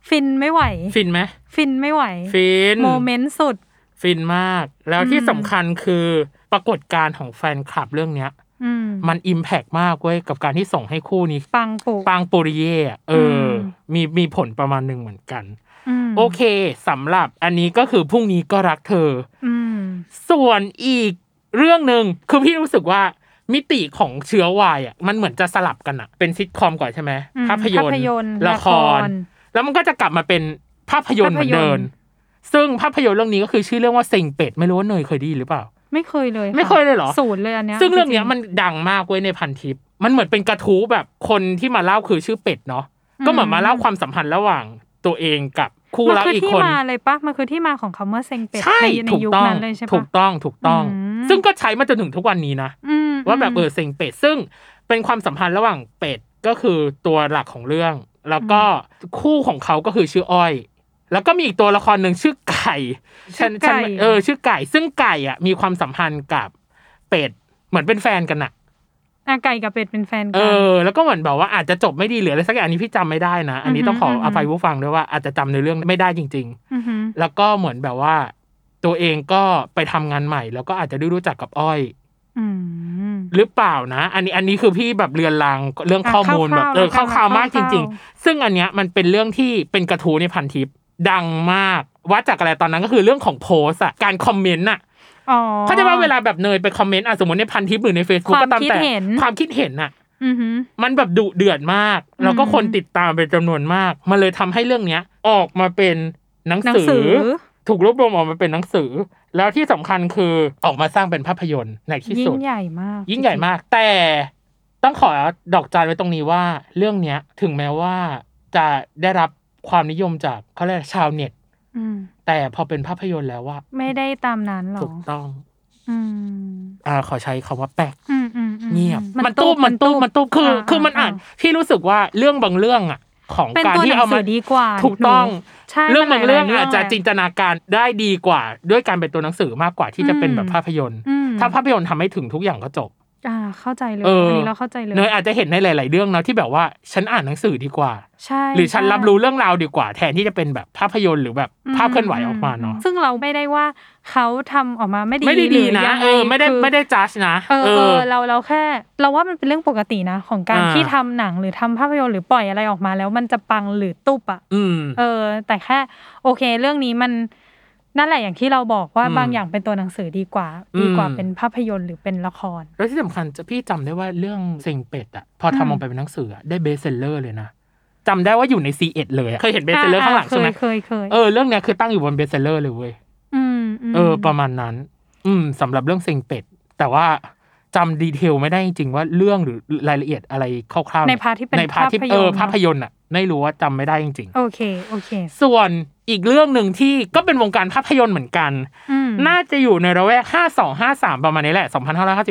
ฟินไม่ไหวฟินไหมฟินไม่ไหวฟินโมเมนต์สุดฟินมากแล้วที่สำคัญคือปรากฏการณ์ของแฟนคลับเรื่องเนี้ยมันอิมแพคมากเว้ยกับการที่ส่งให้คู่นี้ปังปุริเย่มีผลประมาณนึงเหมือนกันโอเคสำหรับอันนี้ก็คือพรุ่งนี้ก็รักเธอส่วนอีกเรื่องนึงคือพี่รู้สึกว่ามิติของเชื้อวายอ่ะมันเหมือนจะสลับกันอ่ะเป็นซิทคอมก่อนใช่ไหมภาพยนตร์ละครแล้วมันก็จะกลับมาเป็นภาพยนตร์เหมือนเดิมซึ่งภาพยนตร์เรื่องนี้ก็คือชื่อเรื่องว่าเซ็งเป็ดไม่รู้ว่าเนยเคยได้ยินหรือเปล่าไม่เคยเลยเหรอศูนย์เลยอันเนี้ยซึ่งเรื่องเนี้ยมันดังมากเว้ยในพันทิปมันเหมือนเป็นกระทู้แบบคนที่มาเล่าคือชื่อเป็ดเนาะก็เหมือนมาเล่าความสัมพันธ์ระหว่างตัวเองกับคู่รักอีกคนมันคือที่มาเลยปะมันคือที่มาของคำว่าเซ็งเป็ดในยุคนั้นเลยใช่ปะถูกต้องซึ่งก็ใช้มาจนถึงทุกวันนี้นะว่าแบบเซ็งเป็ดซึ่งเป็นความสัมพันธ์ระหว่างเป็ดก็คือตัวหลักของเรื่องแล้วก็คู่ของเขาก็คือชื่ออ้อยแล้วก็มีอีกตัวละครหนึ่งชื่อไก่ชื่อไก่ซึ่งไก่อ่ะมีความสัมพันธ์กับเป็ดเหมือนเป็นแฟนกันอ่ะไก่กับเป็ดเป็นแฟนกันแล้วก็เหมือนบอกว่าอาจจะจบไม่ดีหรืออะไรสักอย่างอันนี้พี่จำไม่ได้นะอันนี้ต้องขออภัยผู้ฟังด้วยว่าอาจจะจำในเรื่องไม่ได้จริงๆแล้วก็เหมือนแบบว่าตัวเองก็ไปทำงานใหม่แล้วก็อาจจะได้รู้จักกับอ้อยหรือเปล่านะอันนี้คือพี่แบบเรือนรางเรื่องข้อมูลแบบคร่าวๆมากจริงๆซึ่งอันเนี้ยมันเป็นเรื่องที่เป็นกระทู้ในพันทิปดังมากวัดจากอะไรตอนนั้นก็คือเรื่องของโพสอ่ะการคอมเมนต์อ่ะเขาจะว่าเวลาแบบเนยไปคอมเมนต์สมมติในพันทิปหรือใน Facebook ก็ตามแต่ความคิดเห็นอ่ะมันแบบดุเดือดมากแล้วก็คนติดตามเป็นจำนวนมากมันเลยทำให้เรื่องเนี้ยออกมาเป็นหนังสือถูกรวบรวมออกมาเป็นหนังสือแล้วที่สำคัญคือออกมาสร้างเป็นภาพยนตร์ในที่สุดยิ่งใหญ่มากแต่ต้องขอดอกจันไว้ตรงนี้ว่าเรื่องเนี้ยถึงแม้ว่าจะได้รับความนิยมจากเขาเรียกชาวเน็ตแต่พอเป็นภาพยนตร์แล้วว่าไม่ได้ตามนั้นหรอถูกต้องขอใช้คำว่าแปลกเงียบมันตู้คือมันอ่านพี่รู้สึกว่าเรื่องบางเรื่องอ่ะของการที่เอามาดีกว่าถูกต้องเรื่องบางเรื่องอาจจะจินตนาการได้ดีกว่าด้วยการเป็นตัวหนังสือมากกว่าที่จะเป็นแบบภาพยนตร์ถ้าภาพยนตร์ทำให้ถึงทุกอย่างก็จบเข้าใจเลยอันนี้เราเข้าใจเลยเนยอาจจะเห็นในหลายๆเรื่องเนาะที่แบบว่าฉันอ่านหนังสือดีกว่าหรือฉันรับรู้เรื่องราวดีกว่าแทนที่จะเป็นแบบภาพยนตร์หรือแบบภาพเคลื่อนไหวออกมาเนาะซึ่งเราไม่ได้ว่าเขาทำออกมาไม่ดีนะไม่ได้จัดนะเราแค่เราว่ามันเป็นเรื่องปกตินะของการที่ทำหนังหรือทำภาพยนตร์หรือปล่อยอะไรออกมาแล้วมันจะปังหรือตุ๊บอ่ะแต่แค่โอเคเรื่องนี้มันนั่นแหละอย่างที่เราบอกว่าบางอย่างเป็นตัวหนังสือดีกว่าเป็นภาพยนตร์หรือเป็นละครแล้วที่สำคัญพี่จำได้ว่าเรื่องเซ็งเป็ดอ่ะพอทำออกไปเป็นหนังสือได้เบสเซลเลอร์เลยนะจำได้ว่าอยู่ใน C1 เลยเคยเห็นเบสเซลเลอร์ข้างหลังใช่ไหมเคยเรื่องเนี้ยคือตั้งอยู่บนเบสเซลเลอร์เลยเว้ยประมาณนั้นสำหรับเรื่องเซ็งเป็ดแต่ว่าจำดีเทลไม่ได้จริงๆว่าเรื่องหรือรายละเอียดอะไรคร่าวๆในพาร์ทที่เป็นภาพยนตร์อ่ะไม่รู้ว่าจำไม่ได้จริงๆโอเคส่วนอีกเรื่องนึงที่ก็เป็นวงการภาพยนตร์เหมือนกันน่าจะอยู่ในระแวก5253ประมาณนี้แหละ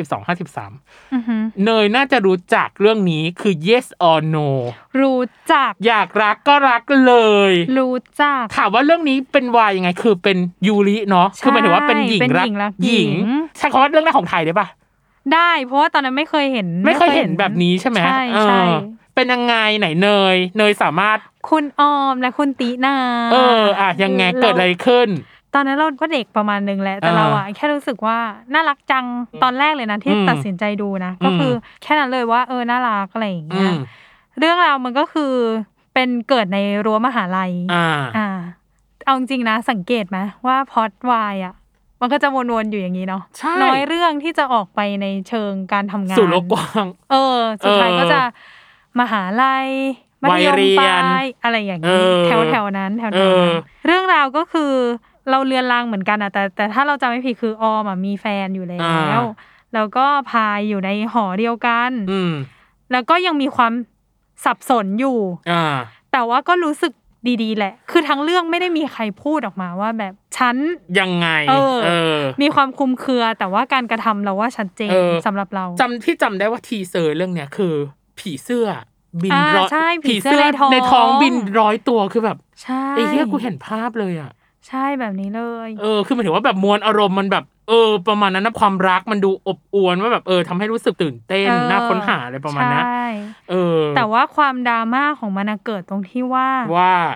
2552-53เนยน่าจะรู้จักเรื่องนี้คือ Yes or No รู้จักอยากรักก็รักเลยรู้จักถามว่าเรื่องนี้เป็นวายยังไงคือเป็นยูริเนาะคือหมายถึงว่าเป็นหญิงรักหญิงใช่คำว่าเรื่องแรกของไทยได้ปะได้เพราะว่าตอนนั้นไม่เคยเห็นแบบนี้ใช่ไหมใช่เป็นยังไงไหนเนยสามารถคุณออมและคุณตีนายังไงเกิดอะไรขึ้นตอนนั้นเราก็เด็กประมาณนึงแหละแต่เราแค่รู้สึกว่าน่ารักจังตอนแรกเลยนะที่ตัดสินใจดูนะก็คือแค่นั้นเลยว่าน่ารักอะไรอย่างเงี้ยเรื่องราวมันก็คือเป็นเกิดในรั้วมหาลัยเอาจริงนะสังเกตไหมว่าพล็อตวายมันก็จะวนๆอยู่อย่างนี้เนาะน้อยเรื่องที่จะออกไปในเชิงการทำงานสู่โลกกว้างสุดท้ายก็จะมหาลัยมัธยมปลายอะไรอย่างนี้แถวนั้นเรื่องราวก็คือเราเรือนรางเหมือนกันแต่ถ้าเราจำไม่ผิดคือออมมีแฟนอยู่แล้วก็พายอยู่ในหอเดียวกันแล้วก็ยังมีความสับสนอยู่แต่ว่าก็รู้สึกดีๆแหละคือทั้งเรื่องไม่ได้มีใครพูดออกมาว่าแบบฉันยังไงมีความคุมเครือแต่ว่าการกระทำเราว่าชัดเจนสำหรับเราจำได้ว่าทีเซอร์เรื่องเนี้ยคือผีเสื้อบินร้อยผีเสื้อในท้องบิน100ตัวคือแบบไอ้เหี้ยกูเห็นภาพเลยใช่แบบนี้เลยคือหมายถึงว่าแบบมวลอารมณ์มันแบบประมาณนั้นนะความรักมันดูอบอวลว่าแบบทำให้รู้สึกตื่นเต้นน่าค้นหาอะไรประมาณนั้นแต่ว่าความดราม่าของมันเกิดตรงที่ว่า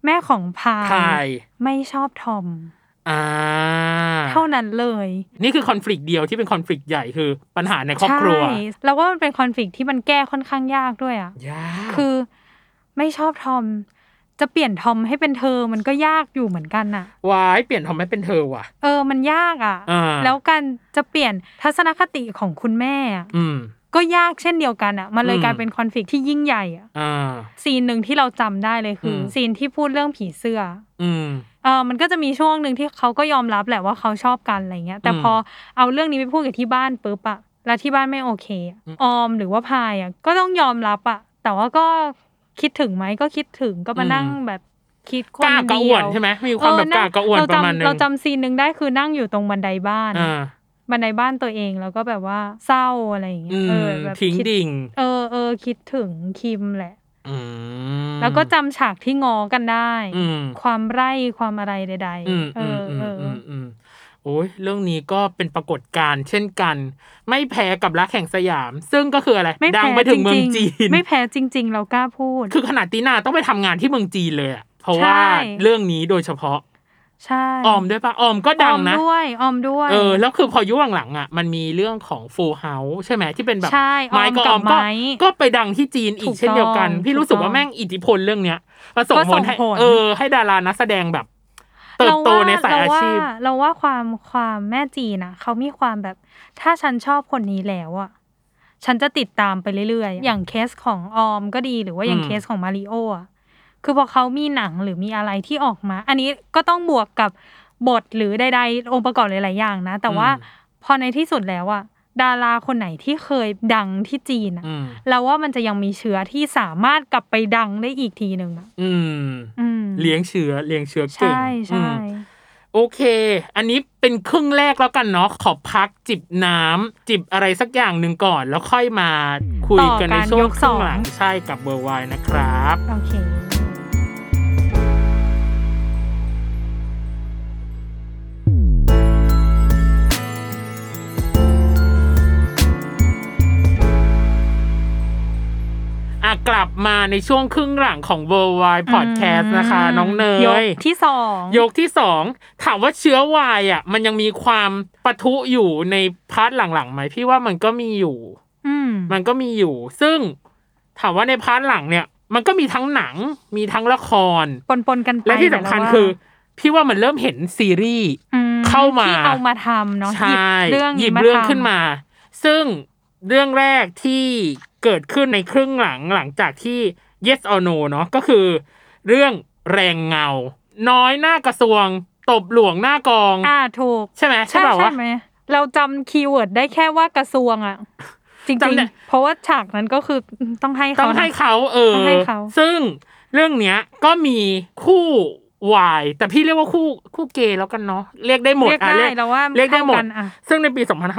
แม่ของพาพายไม่ชอบทอม เท่านั้นเลยนี่คือคอนฟลิกต์เดียวที่เป็นคอนฟลิกต์ใหญ่คือปัญหาในครอบครัวใช่แล้วว่ามันเป็นคอนฟลิกต์ที่มันแก้ค่อนข้างยากด้วยอ่ะยากคือไม่ชอบทอมจะเปลี่ยนทอมให้เป็นเธอมันก็ยากอยู่เหมือนกันน่ะวายเปลี่ยนทอมให้เป็นเธอว่ะมันยากอ่ะแล้วการจะเปลี่ยนทัศนคติของคุณแม่ก็ยากเช่นเดียวกันอ่ะมันเลยกลายเป็นคอนฟลิกต์ที่ยิ่งใหญ่อ่ะซีนนึงที่เราจำได้เลยคือซีนที่พูดเรื่องผีเสื้อมันก็จะมีช่วงนึงที่เขาก็ยอมรับแหละว่าเขาชอบกันอะไรเงี้ยแต่พอเอาเรื่องนี้ไปพูดกับที่บ้านปุ๊บอ่ะแล้วที่บ้านไม่โอเคออมหรือว่าพายอ่ะก็ต้องยอมรับอ่ะแต่ว่าก็คิดถึงไหมก็คิดถึงก็มานั่งแบบคิดคนเดียวใช่ไหมมีความแบบกล้ากระอ่วนประมาณนึงเราจำซีนนึงได้คือนั่งอยู่ตรงบันไดบ้านตัวเองแล้วก็แบบว่าเศร้าอะไรอย่างเงี้ยแบบทิ้งดิ่งคิดถึงคิมแหละแล้วก็จำฉากที่งอกันได้ความไร่ความอะไรใดๆโอ้ยเรื่องนี้ก็เป็นปรากฏการณ์เช่นกันไม่แพ้กับรักแห่งสยามซึ่งก็คืออะไรดังไปถึงเมืองจีนไม่แพ้จริงๆเรากล้าพูดคือขนาดตีน่าต้องไปทำงานที่เมืองจีนเลยอ่ะเพราะว่าเรื่องนี้โดยเฉพาะใช่ออมด้วยป่ะออมก็ดังนะออมด้วยแล้วคือพอยุคหลังๆอ่ะมันมีเรื่องของ Full House ใช่ไหมที่เป็นแบบไม้กับออมก็ไปดังที่จีนอีกเช่นเดียวกันพี่รู้สึกว่าแม่งอิทธิพลเรื่องเนี้ยมาส่งผลให้ดารานักแสดงแบบเติบโตในสายอาชีพเราว่าความแม่จีนน่ะเขามีความแบบถ้าฉันชอบคนนี้แล้วอ่ะฉันจะติดตามไปเรื่อยๆอย่างเคสของออมก็ดีหรือว่าอย่างเคสของมาริโออ่ะคือพอเขามีหนังหรือมีอะไรที่ออกมาอันนี้ก็ต้องบวกกับบทหรือใดๆองค์ประกอบหลายๆอย่างนะแต่ว่าพอในที่สุดแล้วอ่ะดาราคนไหนที่เคยดังที่จีนอ่ะเราว่ามันจะยังมีเชื้อที่สามารถกลับไปดังได้อีกทีนึงอ่ะเลี้ยงเชื้อเก่งใช่โอเคอันนี้เป็นครึ่งแรกแล้วกันเนาะขอพักจิบน้ำจิบอะไรสักอย่างนึงก่อนแล้วค่อยมาคุยกันในช่วงครึ่งหลังใช่กับเบอร์ไวนะครับโอเคกลับมาในช่วงครึ่งหลังของ Worldwide Podcast นะคะน้องเนยยกที่ 2ถามว่าเชื้อวายอ่ะมันยังมีความปะทุอยู่ในพาร์ทหลังๆไหมพี่ว่ามันก็มีอยู่มันก็มีอยู่ซึ่งถามว่าในพาร์ทหลังเนี่ยมันก็มีทั้งหนังมีทั้งละครปนกันไปและที่สำคัญคือพี่ว่ามันเริ่มเห็นซีรีส์เข้ามาที่เอามาทำเนาะหยิบเรื่องขึ้นมาซึ่งเรื่องแรกที่เกิดขึ้นในครึ่งหลังจากที่ Yes or No เนาะก็คือเรื่องแรงเงาน้อยหน้ากระทรวงตบหลวงหน้ากองถูกใช่ไหมใช่ป่าววะเราจำคีย์เวิร์ดได้แค่ว่ากระทรวงอ่ะจริงๆเพราะว่าฉากนั้นก็คือต้องให้เขาซึ่งเรื่องเนี้ยก็มีคู่วายแต่พี่เรียกว่าคู่เกย์แล้วกันเนาะเรียกได้หมดเรียกได้หมดซึ่งในปี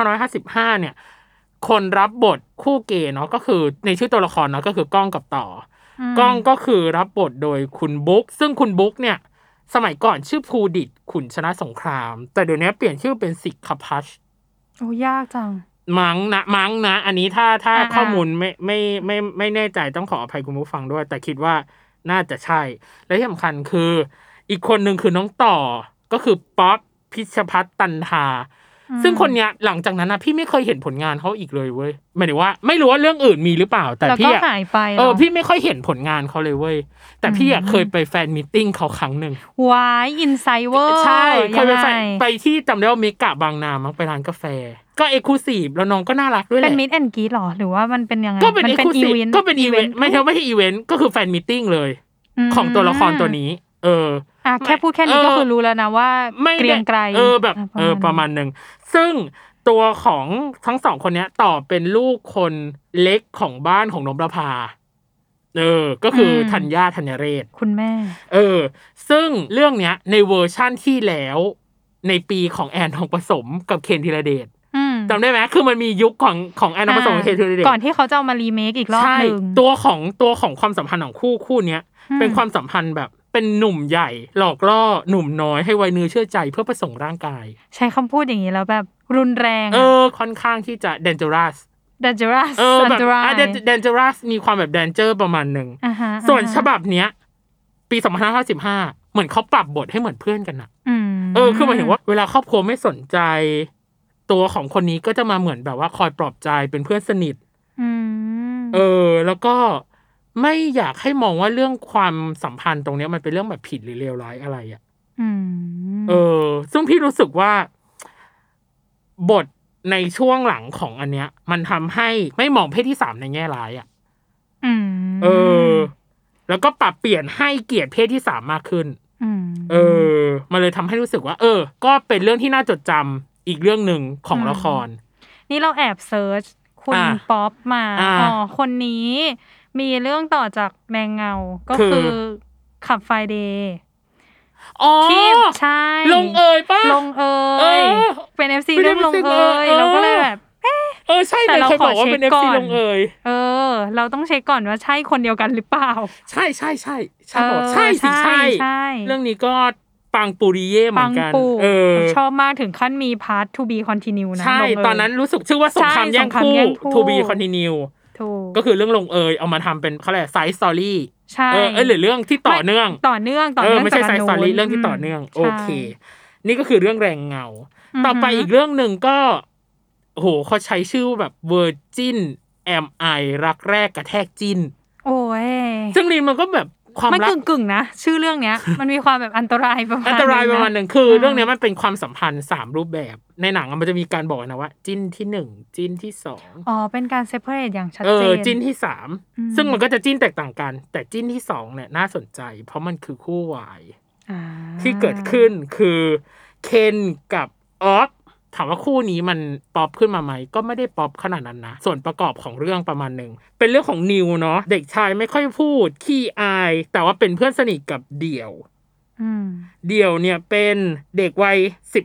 2555เนี่ยคนรับบทคู่เกย์เนาะก็คือในชื่อตัวละครเนาะก็คือก้องกับต่อก้องก็คือรับบทโดยคุณบุ๊กซึ่งคุณบุ๊กเนี่ยสมัยก่อนชื่อภูดิตขุนชนะสงครามแต่เดี๋ยวนี้เปลี่ยนชื่อเป็นสิกขพัชโอ้ยากจังมั้งนะอันนี้ถ้าข้อมูลไม่แน่ใจต้องขออภัยคุณผู้ฟังด้วยแต่คิดว่าน่าจะใช่และที่สำคัญคืออีกคนนึงคือน้องต่อก็คือป๊อปพิชภัทรตันทาซึ่งคนเนี้ยหลังจากนั้นนะพี่ไม่เคยเห็นผลงานเขาอีกเลยเว้ยหมายถึงว่าไม่รู้ว่าเรื่องอื่นมีหรือเปล่าแต่พี่หายไปพี่ไม่ค่อยเห็นผลงานเขาเลยเว้ยแต่พี่เคยไปแฟนมีตติ้งเขาครั้งนึงว้ายอินไซเวอร์ใช่เคยไปที่จำได้ว่าเมกะบางนามั้งไปร้านกาแฟก็เอ็กซ์คลูซีฟแล้วน้องก็น่ารักด้วยแหละเป็นมิตแอนด์กรีดหรอหรือว่ามันเป็นยังไงก็เป็นอีเวนต์ก็เป็นอีเวนต์ไม่ใช่อีเวนต์ก็คือแฟนมีตติ้งเลยของตัวละครตัวนี้แค่พูดแค่นี้ก็คือรู้แล้วนะว่าเกรียงไกรแบบประมาณนึงซึ่งตัวของทั้งสองคนนี้ต่อเป็นลูกคนเล็กของบ้านของนพประภาก็คือธัญญเรศคุณแม่ซึ่งเรื่องเนี้ยในเวอร์ชั่นที่แล้วในปีของแอนทองผสมกับเคนธีรเดชจำได้ไหมคือมันมียุคของแอนทองผสมกับเคนธีรเดชก่อนที่เขาจะเอามารีเมคอีกรอบนึงตัวของความสัมพันธ์ของคู่เนี้ยเป็นความสัมพันธ์แบบเป็นหนุ่มใหญ่หลอกล่อหนุ่มน้อยให้ไว้เนื้อเชื่อใจเพื่อประสงค์ร่างกายใช้คำพูดอย่างนี้แล้วแบบรุนแรงค่อนข้างที่จะ dangerous แบบ dangerous มีความแบบ danger ประมาณนึงส่วนฉบับเนี้ยปี2555เหมือนเขาปรับบทให้เหมือนเพื่อนกันน่ะคือหมายถึงว่าเวลาครอบครัวไม่สนใจตัวของคนนี้ก็จะมาเหมือนแบบว่าคอยปลอบใจเป็นเพื่อนสนิทแล้วก็ไม่อยากให้มองว่าเรื่องความสัมพันธ์ตรงนี้มันเป็นเรื่องแบบผิดหรือเลวร้ายอะไรอ่ะซึ่งพี่รู้สึกว่าบทในช่วงหลังของอันเนี้ยมันทำให้ไม่มองเพศที่3ในแง่ร้ายอ่ะแล้วก็ปรับเปลี่ยนให้เกียรติเพศที่3มากขึ้นมันเลยทำให้รู้สึกว่าก็เป็นเรื่องที่น่าจดจำอีกเรื่องหนึ่งของละครนี่เราแอบเซิร์ชคุณป๊อปมาคนนี้มีเรื่องต่อจากแมงเงาก็คือขับไฟเดย์ที่ใช่ลงเอยป่ะลงเอยเป็น FC เรื่องลงเอยเราก็เลยแบบใช่เลยเคยบอกว่าเป็น FC ลงเอยเราต้องเช็คก่อนว่าใช่คนเดียวกันหรือเปล่าใช่ใช่ใช่ใช่ใช่สิใช่เรื่องนี้ก็ปังปูริเย่เหมือนกันชอบมากถึงขั้นมีพาร์ท to be continue นะใช่ตอนนั้นรู้สึกชื่อว่าสงครามแย่งคู่ to be continue ก็คือเรื่องลงเอยเอามาทำเป็นเขาเรียกไซส์สตอรี่ใช่หรือเรื่องที่ต่อเนื่องไม่ใช่ไซส์สตอรี่เรื่องที่ต่อเนื่องโอเคนี่ก็คือเรื่องแรงเงาต่อไปอีกเรื่องนึงก็โอ้โหเขาใช้ชื่อแบบ Virgin Am I รักแรกกระแทกจิ้นโอ้ยซึ่งนี่มันก็แบบความรักกึ่งนะชื่อเรื่องเนี้ยมันมีความแบบอันตรายประมาณนึงคือเรื่องนี้มันเป็นความสัมพันธ์3รูปแบบในหนังมันจะมีการบอกนะว่าจิ้นที่1จิ้นที่2 เป็นการ separate อย่างชัดเจนจิ้นที่3ซึ่งมันก็จะจิ้นแตกต่างกันแต่จิ้นที่2เนี่ยน่าสนใจเพราะมันคือคู่วายที่เกิดขึ้นคือเคนกับออฟถามว่าคู่นี้มันป๊อปขึ้นมาไหมก็ไม่ได้ป๊อปขนาดนั้นนะส่วนประกอบของเรื่องประมาณนึงเป็นเรื่องของนิวเนาะเด็กชายไม่ค่อยพูดขี้อายแต่ว่าเป็นเพื่อนสนิทกับเดี่ยวเดี่ยวเนี่ยเป็นเด็กวัย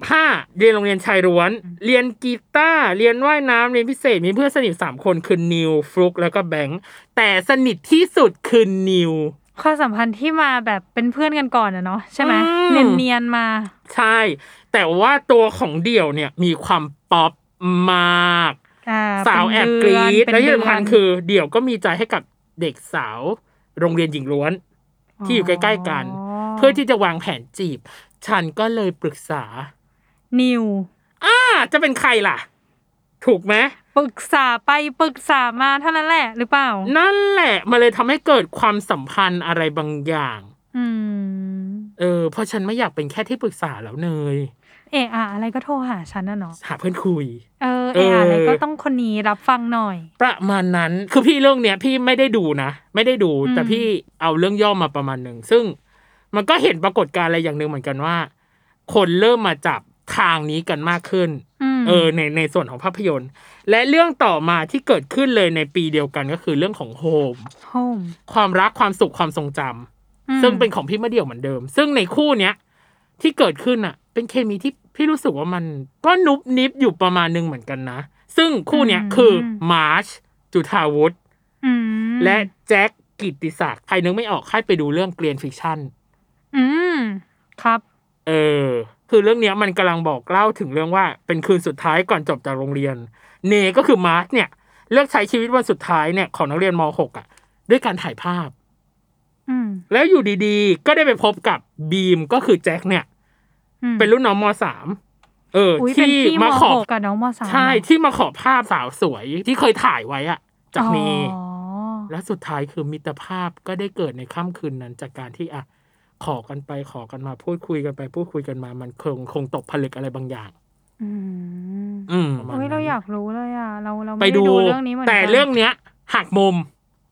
15เรียนโรงเรียนชายล้วนเรียนกีตาร์เรียนว่ายน้ำเรียนพิเศษมีเพื่อนสนิท3คนคือนิวฟลุกแล้วก็แบงค์แต่สนิทที่สุดคือนิวความสัมพันธ์ที่มาแบบเป็นเพื่อนกันก่อนเนาะใช่ไหมเนียนๆมาใช่แต่ว่าตัวของเดี่ยวเนี่ยมีความป๊อปมากสาวแอบกรี๊ดและที่สำคัญคือเดี่ยวก็มีใจให้กับเด็กสาวโรงเรียนหญิงล้วนที่อยู่ใกล้ๆกันเพื่อที่จะวางแผนจีบฉันก็เลยปรึกษานิวจะเป็นใครล่ะถูกไหมปรึกษาไปปรึกษามาเท่านั้นแหละหรือเปล่านั่นแหละมันเลยทำให้เกิดความสัมพันธ์อะไรบางอย่างเพราะฉันไม่อยากเป็นแค่ที่ปรึกษาแล้วเนยอะไรก็โทรหาฉันน่ะเนาะหาเพื่อนคุยอะไรก็ต้องคนนี้รับฟังหน่อยประมาณนั้นคือพี่เรื่องเนี้ยพี่ไม่ได้ดูนะไม่ได้ดูแต่พี่เอาเรื่องย่อมาประมาณนึงซึ่งมันก็เห็นปรากฏการณ์อะไรอย่างนึงเหมือนกันว่าคนเริ่มมาจับทางนี้กันมากขึ้นในส่วนของภาพยนตร์และเรื่องต่อมาที่เกิดขึ้นเลยในปีเดียวกันก็คือเรื่องของโฮมความรักความสุขความทรงจำซึ่งเป็นของพี่มะเดี่ยวเหมือนเดิมซึ่งในคู่เนี้ยที่เกิดขึ้นอ่ะเป็นเคมีที่พี่รู้สึกว่ามันก็นุบนิบอยู่ประมาณนึงเหมือนกันนะซึ่งคู่เนี้ยคือมาร์ชจุฑาวุฒิและแจ็คกิตติศักดิ์ใครนึกไม่ออกให้ไปดูเรื่องเกรียนฟิกชั่นครับคือเรื่องนี้มันกำลังบอกเล่าถึงเรื่องว่าเป็นคืนสุดท้ายก่อนจบจากโรงเรียนเนก็คือมาร์ชเนี่ยเลือกใช้ชีวิตวันสุดท้ายเนี่ยของนักเรียนม.6 อ่ะด้วยการถ่ายภาพแล้วอยู่ดีๆก็ได้ไปพบกับบีมก็คือแจ็คเนี่ยเป็นรุ่นน้องม.3ที่มาขอกับน้องม .3 ใช่ที่มาขอภาพสาวสวยที่เคยถ่ายไว้อ่ะจากเนและสุดท้ายคือมิตรภาพก็ได้เกิดในค่ำคืนนั้นจากการที่ขอกันไปขอกันมาพูดคุยกันไปพูดคุยกันมามันคงตกผลึกอะไรบางอย่างเราอยากรู้เลยเราไม่ได้ดูเรื่องนี้เหมือนกันแต่เรื่องเนี้ยหักมุม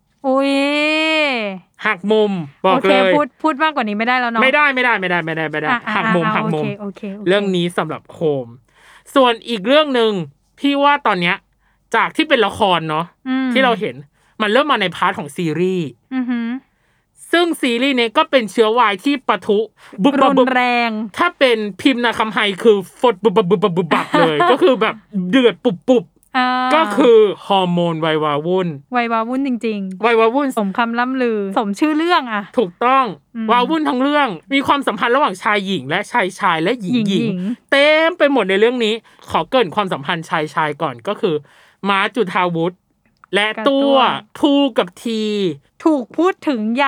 หักมุมบอกเลยพูดมากกว่านี้ไม่ได้แล้วเนาะไม่ได้หักมุมเรื่องนี้สำหรับโฮมส่วนอีกเรื่องนึงพี่ว่าตอนเนี้ยจากที่เป็นละครเนาะที่เราเห็นมันเริ่มมาในพาร์ทของซีรีส์ซึ่งซีรีส์นี้ก็เป็นเชื้อวายที่ปะทุรุนแรงถ้าเป็นพิมพ์นาคำไฮคือฟดบุบเลยก็คือแบบเดือดปุบก็คือฮอร์โมนวัยวาวุ่นจริงๆวัยวาวุ่นสมคำล่ำลือสมชื่อเรื่องถูกต้องวาวุ่นทั้งเรื่องมีความสัมพันธ์ระหว่างชายหญิงและชายและหญิงเต็มไปหมดในเรื่องนี้ขอเกริ่นความสัมพันธ์ชายก่อนก็คือมาร์ชจุฑาวุฒิและตัวทูกับทีถูกพูดถึงอย่าง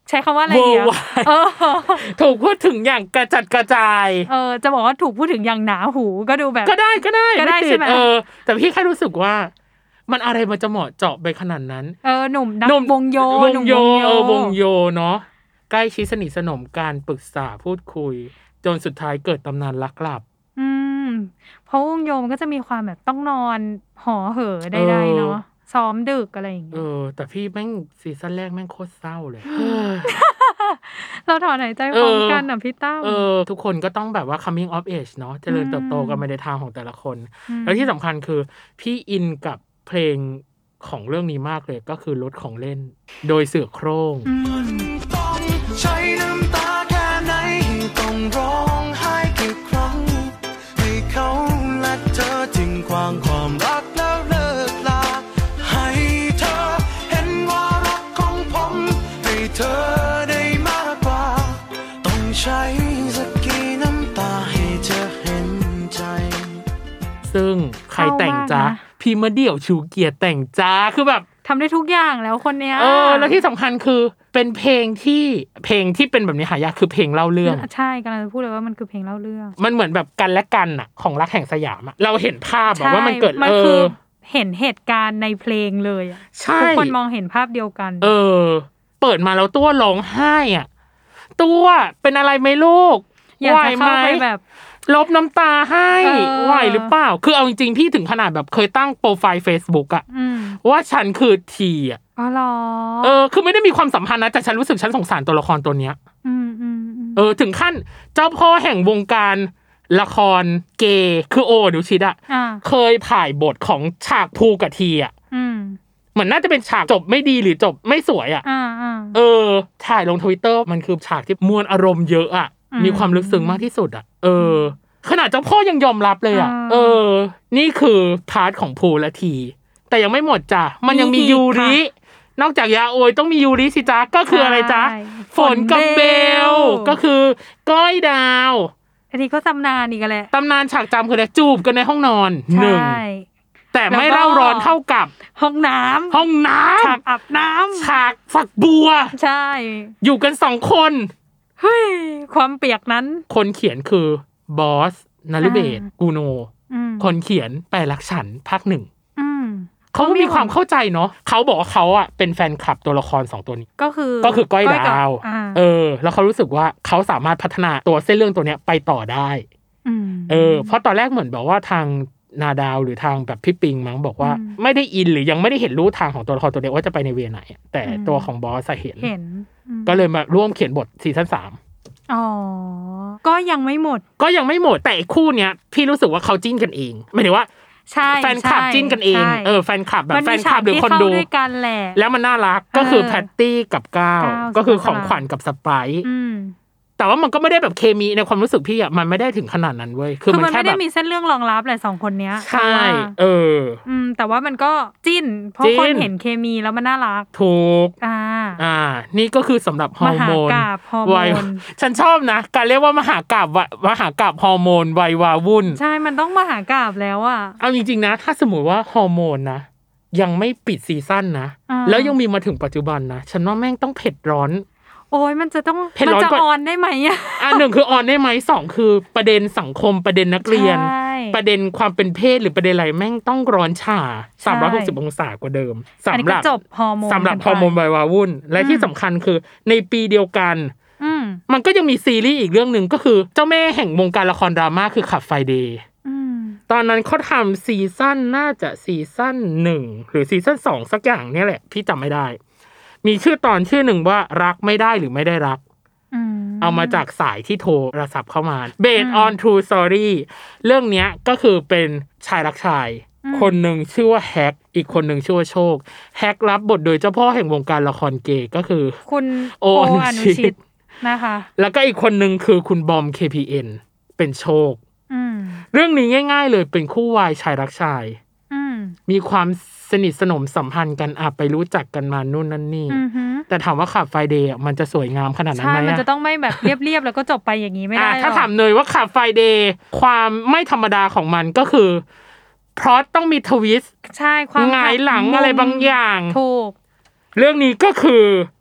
ใช้คำว่าอะไรเนี่ยถูกพูดถึงอย่างกระจัดกระจายจะบอกว่าถูกพูดถึงอย่างหนาหูก็ดูแบบก็ได้ใช่ไหมแต่พี่แค่รู้สึกว่ามันอะไรมันจะเหมาะเจาะไปขนาดนั้นหนุ่มนักวงโยวงโยเนาะใกล้ชิดสนิทสนมการปรึกษาพูดคุยจนสุดท้ายเกิดตำนานรักหลับเพราะวงโยมันก็จะมีความแบบต้องนอนหอเหอใดๆเนาะซ้อมดึกอะไรอย่างเงี้ยแต่พี่แม่งซีซั่นแรกแม่งโคตรเศร้าเลยเราถอนหายใจพร้อมกันพี่ตั้มทุกคนก็ต้องแบบว่า coming of age เนาะเจริญเติบโตกันไปในทางของแต่ละคนแล้วที่สำคัญคือพี่อินกับเพลงของเรื่องนี้มากเลยก็คือรถของเล่นโดยเสือโคร่งต้องใช้น้ำตาแค่ไหนต้องร้องไห้กี่ครั้งให้เขาและเธอทิ้งความรักแล้วเลิกลาให้เธอเห็นว่ารักของผมให้เธอได้มากกว่าต้องใช้สักกี่น้ำตาให้เธอเห็นใจซึ่งใครแต่งจ้าพี่มาเดี่ยวชูเกียรติแต่งจ้าคือแบบทำได้ทุกอย่างแล้วคนเนี้ยแล้วที่สำคัญคือเป็นเพลงที่เป็นแบบนี้หายากคือเพลงเล่าเรื่องใช่กำลังจะพูดเลยว่ามันคือเพลงเล่าเรื่องมันเหมือนแบบกันและกันอ่ะของรักแห่งสยามเราเห็นภาพแบบว่ามันเกิดคือเห็นเหตุการณ์ในเพลงเลยทุกคนมองเห็นภาพเดียวกันเปิดมาแล้วตัวร้องไห้อ่ะตัวเป็นอะไรไหมลูกไหวไหมแบบลบน้ำตาให้ไหวหรือเปล่าคือเอาจริงๆพี่ถึงขนาดแบบเคยตั้งโปรไฟล์ Facebook อ่ะว่าฉันคือทีอ่ะอ๋อเหรอคือไม่ได้มีความสัมพันธ์นะแต่ฉันรู้สึกฉันสงสารตัวละครตัวเนี้ยถึงขั้นเจ้าพ่อแห่งวงการละครเกย์คือโอดุชิตอ่ะเคยถ่ายบทของฉากภูกับทีอ่ะเหมือนน่าจะเป็นฉากจบไม่ดีหรือจบไม่สวยอ่ะถ่ายลง Twitter มันคือฉากที่มวลอารมณ์เยอะอ่ะมีความลึกซึ้งมากที่สุดอ่ะขนาดเจ้าพ่อยังยอมรับเลยอ่ะนี่คือพาร์ทของภูและทีแต่ยังไม่หมดจ้ะมันยังมียูรินอกจากยาโอยต้องมียูริสิจ๊ะก็คืออะไรจ๊ะฝนกับเบลก็คือก้อยดาวอันนี้ก็ตำนานอีกแหละตำนานฉากจำคืออะไรจูบกันในห้องนอน1แต่ไม่เล่าร้อนเท่ากับห้องน้ำฉากอาบน้ำฉากฝักบัวใช่อยู่กัน2คนเฮ้ยความเปียกนั้นคนเขียนคือบอสนฤเบศกูโนคนเขียนแปลรักฉันภาค 1เขามีความเข้าใจเนาะเขาบอกว่าเขาอ่ะเป็นแฟนคลับตัวละคร2ตัวนี้ก็คือก้อยดาวแล้วเขารู้สึกว่าเขาสามารถพัฒนาตัวเส้นเรื่องตัวเนี้ยไปต่อได้เพราะตอนแรกเหมือนบอกว่าทางนาดาวหรือทางแบบพี่ปิงมั้งบอกว่าไม่ได้อินหรือยังไม่ได้เห็นรู้ทางของตัวละครตัวเนี้ยว่าจะไปในเวไหนแต่ตัวของบอสเห็นก็เลยมาร่วมเขียนบทซีซั่น3 ก็ยังไม่หมดแต่คู่เนี้ยพี่รู้สึกว่าเขาจิ้นกันเองหมายถึงว่าแฟนคลับจิ้นกันเองแฟนคลับแบบแฟนคลับหรือคนดูด้วยกันแหละแล้วมันน่ารักก็คือแพตตี้กับก้าวก็คือของขวัญกับสไปร์แต่ว่ามันก็ไม่ได้แบบเคมีในความรู้สึกพี่อ่ะมันไม่ได้ถึงขนาดนั้นเว้ยคือมันแค่แบบไม่ได้มีเส้นเรื่องรองรับแหละ2คนเนี้ยใช่แต่ว่ามันก็จิ้นเพราะคนเห็นเคมีแล้วมันน่ารักถูกนี่ก็คือสำหรับฮอร์โมนวัยฉันชอบนะการเรียกว่ามหากาพย์ฮอร์โมนวัยวาวุ่นใช่มันต้องมหากาพย์แล้วอ่ะเอาจริงๆนะถ้าสมมติว่าฮอร์โมนนะยังไม่ปิดซีซั่นนะแล้วยังมีมาถึงปัจจุบันนะฉันว่าแม่งต้องเผ็ดร้อนโอ้ยมันจะออนได้ไหม 1คือออนได้ไหม2คือประเด็นสังคมประเด็นนักเรียนประเด็นความเป็นเพศหรือประเด็นอะไรแม่งต้องร้อนฉ่า360องศากว่าเดิมสำหรับฮอร์โมนวัยวาวุ่นและที่สำคัญคือในปีเดียวกันมันก็ยังมีซีรีส์อีกเรื่องนึงก็คือเจ้าแม่แห่งวงการละครดราม่าคือขับไฟเดย์ตอนนั้นเขาทำซีซั่นน่าจะซีซั่น1หรือซีซั่น2สักอย่างเนี่ยแหละพี่จำไม่ได้มีชื่อตอนชื่อหนึ่งว่ารักไม่ได้หรือไม่ได้รักเอามาจากสายที่โทรศัพท์เข้ามา Based on True Story เรื่องนี้ก็คือเป็นชายรักชายคนหนึ่งชื่อว่าแฮกอีกคนหนึ่งชื่อว่าโชคแฮกรับบทโดยเจ้าพ่อแห่งวงการละครเกย์ก็คือคุณโออนุชิตนะคะแล้วก็อีกคนหนึ่งคือคุณบอม KPN เป็นโชคเรื่องนี้ง่ายๆเลยเป็นคู่วายชายรักชายมีความสนิทสนมสัมพันธ์กันไปรู้จักกันมานู่นนั่นนี่แต่ถามว่าขับไฟเดย์มันจะสวยงามขนาดนั้นไหมใช่มันจะต้องไม่แบบเรียบๆแล้วก็จบไปอย่างนี้ไม่ได้ถ้าถามเนยว่าขับไฟเดย์ความไม่ธรรมดาของมันก็คือเพราะต้องมีทวิสต์ใช่ความหงายหลังอะไรบางอย่างถูกเรื่องนี้ก็คือ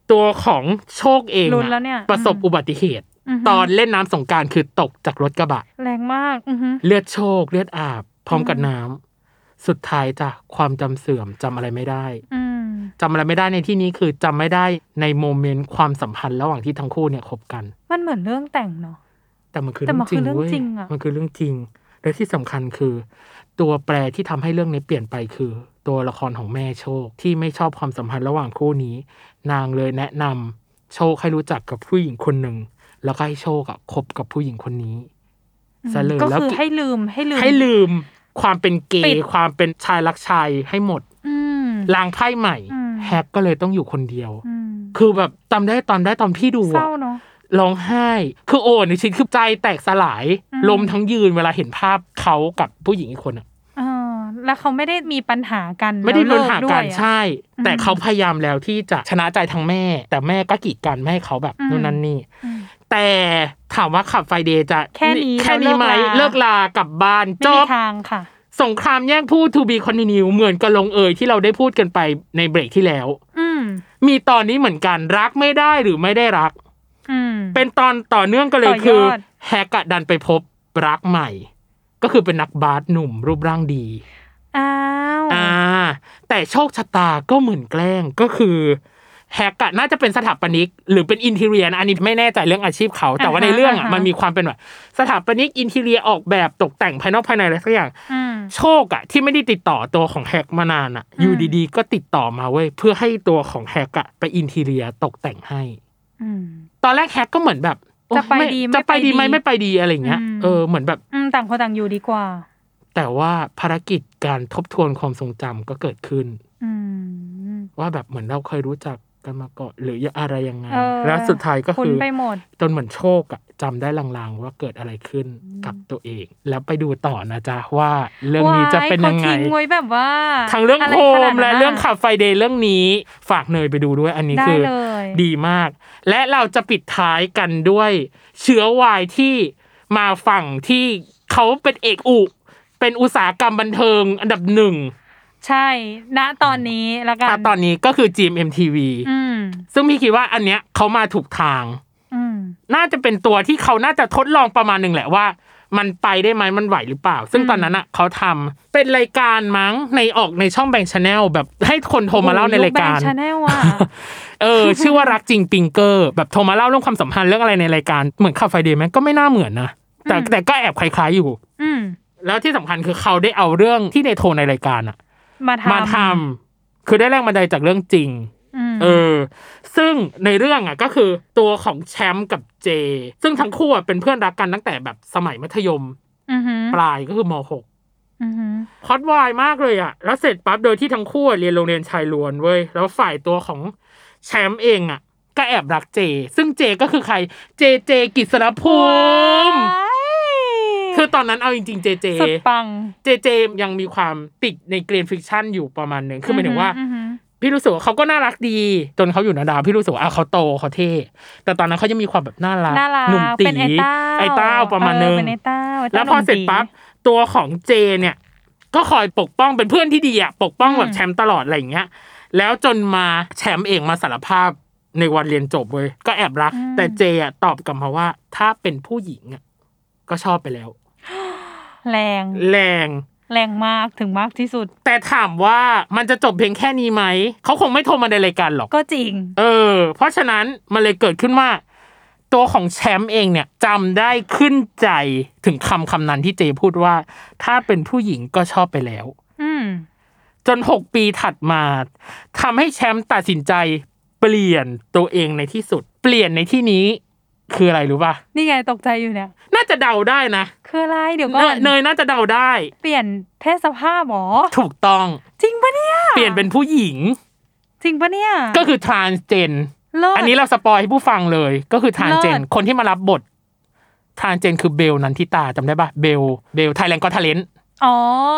ตัวของโชคเองลุ้นแล้วเนี่ยประสบอุบัติเหตุตอนเล่นน้ำสงกรานต์คือตกจากรถกระบะแรงมากเลือดโชคเลือดอาบพร้อมกับน้ำสุดท้ายจ้ะความจำเสื่อมจำอะไรไม่ได้จำอะไรไม่ได้ในที่นี้คือจำไม่ได้ในโมเมนต์ความสัมพันธ์ระหว่างที่ทั้งคู่เนี่ยคบกันมันเหมือนเรื่องแต่งเนาะแต่มันคือเรื่องจริงเว้ยมันคือเรื่องจริงและที่สำคัญคือตัวแปรที่ทำให้เรื่องนี้เปลี่ยนไปคือตัวละครของแม่โชคที่ไม่ชอบความสัมพันธ์ระหว่างคู่นี้นางเลยแนะนำโชคให้รู้จักกับผู้หญิงคนหนึ่งแล้วก็ให้โชคคบกับผู้หญิงคนนี้ซะเลยก็คือให้ลืมความเป็นเกย์ความเป็นชายรักชายให้หมดล้างไพ่ใหม่แฮกก็เลยต้องอยู่คนเดียวคือแบบตอนพี่ดูอะร้องไห้คือโอ้ในชีวิตคือใจแตกสลายลมทั้งยืนเวลาเห็นภาพเขากับผู้หญิงอีกคนอะแล้วเขาไม่ได้มีปัญหากันไม่ได้มีปัญหากันใช่แต่เขาพยายามแล้วที่จะชนะใจทางแม่แต่แม่ก็กีดกันไม่ให้เขาแบบนู่นนั่นนี่แต่ถามว่าขับไฟเดย์จะแค่นี้ไหมเลิกลากลับบ้านจบทางค่ะสงครามแย่งผู้ to be continue เหมือนกับลงเอยที่เราได้พูดกันไปในเบรกที่แล้วมีตอนนี้เหมือนกันรักไม่ได้หรือไม่ได้รักเป็นตอนต่อเนื่องกันเลยคือแฮกดันไปพบรักใหม่ก็คือเป็นนักบาสหนุ่มรูปร่างดีแต่โชคชะตาก็เหมือนแกล้งก็คือแฮกน่าจะเป็นสถาปนิกหรือเป็นอินทีเรียอันนี้ไม่แน่ใจเรื่องอาชีพเขาแต่ว่าในเรื่องมันมีความเป็นแบบสถาปนิกอินทีเรียออกแบบตกแต่งภายนอกภายในอะไรสักอย่างโชคที่ไม่ได้ติดต่อตัวของแฮกมานานอยู่ดีๆก็ติดต่อมาเว้ยเพื่อให้ตัวของแฮกไปอินทีเรียตกแต่งให้ตอนแรกแฮกก็เหมือนแบบจะไปดีไหมไม่ไปดีอะไรเงี้ยเหมือนแบบต่างคนต่างอยู่ดีกว่าแต่ว่าภารกิจการทบทวนความทรงจำก็เกิดขึ้นว่าแบบเหมือนเราเคยรู้จักกันมาก่อนหรืออะไรยังไงแล้วสุดท้ายก็คือจนเหมือนโชคจำได้ลางๆว่าเกิดอะไรขึ้นกับตัวเองแล้วไปดูต่อนะจ๊ะว่าเรื่องนี้จะเป็นยังไงแบบว่าทั้งเรื่องโฮมและเรื่องขับไฟเดย์เรื่องนี้ฝากเนยไปดูด้วยอันนี้คือดีมากและเราจะปิดท้ายกันด้วยเชื้อวายที่มาฝั่งที่เขาเป็นเอกอุเป็นอุตสาหกรรมบันเทิงอันดับหนึ่งใช่ณตอนนี้ละกันตอนนี้ก็คือ GMMTV ซึ่งพี่คิดว่าอันเนี้ยเขามาถูกทางน่าจะเป็นตัวที่เขาน่าจะทดลองประมาณนึงแหละว่ามันไปได้ไหมมันไหวหรือเปล่าซึ่งตอนนั้นอ่ะเขาทำเป็นรายการมั้งในช่องแบงค์ชาแนลแบบให้คนโทรมาเล่าในรายการแบงค์ชาแนลว่ะชื่อว่ารักจริงปิงเกอร์แบบโทรมาเล่าเรื่องความสัมพันธ์เรื่องอะไรในรายการเหมือนขับไฟเดย์มั้ยก็ไม่น่าเหมือนนะแต่ก็แอบคล้ายๆอยู่แล้วที่สำคัญคือเขาได้เอาเรื่องที่ในโทรในรายการอ่ะมาทำคือได้แรงบันดาลจากเรื่องจริงซึ่งในเรื่องอ่ะก็คือตัวของแชมป์กับเจซึ่งทั้งคู่เป็นเพื่อนรักกันตั้งแต่แบบสมัยมัธยมปลายก็คือม.6 พอดวายมากเลยอ่ะแล้วเสร็จปั๊บโดยที่ทั้งคู่เรียนโรงเรียนชายล้วนเว้ยแล้วฝ่ายตัวของแชมป์เองอ่ะก็แอบรักเจซึ่งเจก็คือใครเจกฤษณภูมิคือตอนนั้นเอาจริงๆเจสุดปังเจยังมีความติดในเกรนฟิกชันอยู่ประมาณนึงคือหมายถึงว่าพี่รู้สึกว่าเขาก็น่ารักดีจนเขาอยู่นาดาวพี่รู้สึกว่าเขาโตเขาเท่แต่ตอนนั้นเขายังมีความแบบน่ารักหนุ่มตีไอ้เต้าประมาณนึงแล้วพอเสร็จปั๊บตัวของเจเนี่ยก็คอยปกป้องเป็นเพื่อนที่ดีปกป้องแบบแชมป์ตลอดอะไรอย่างเงี้ยแล้วจนมาแชมป์เองมาสารภาพในวันเรียนจบเว้ยก็แอบรักแต่เจตอบกลับมาว่าถ้าเป็นผู้หญิงก็ชอบไปแล้วแรงมากถึงมากที่สุดแต่ถามว่ามันจะจบเพียงแค่นี้ไหมเขาคงไม่โทรมาในรายการหรอกก็จริงเพราะฉะนั้นมันเลยเกิดขึ้นว่าตัวของแชมป์เองเนี่ยจำได้ขึ้นใจถึงคำนั้นที่เจพูดว่าถ้าเป็นผู้หญิงก็ชอบไปแล้วจน6ปีถัดมาทำให้แชมป์ตัดสินใจเปลี่ยนตัวเองในที่สุดเปลี่ยนในที่นี้คืออะไรรู้ป่ะนี่ไงตกใจอยู่เนี่ยน่าจะเดาได้นะคืออะไรเดี๋ยวก่อนเนยน่าจะเดาได้เปลี่ยนเพศสภาพหรอถูกต้องจริงปะเนี่ยเปลี่ยนเป็นผู้หญิงจริงปะเนี่ยก็คือ transgen อันนี้เราสปอยให้ผู้ฟังเลยก็คือ transgen คนที่มารับบท transgen คือเบลนันทิตาจำได้ป่ะเบล Thailand Got Talent อ๋อ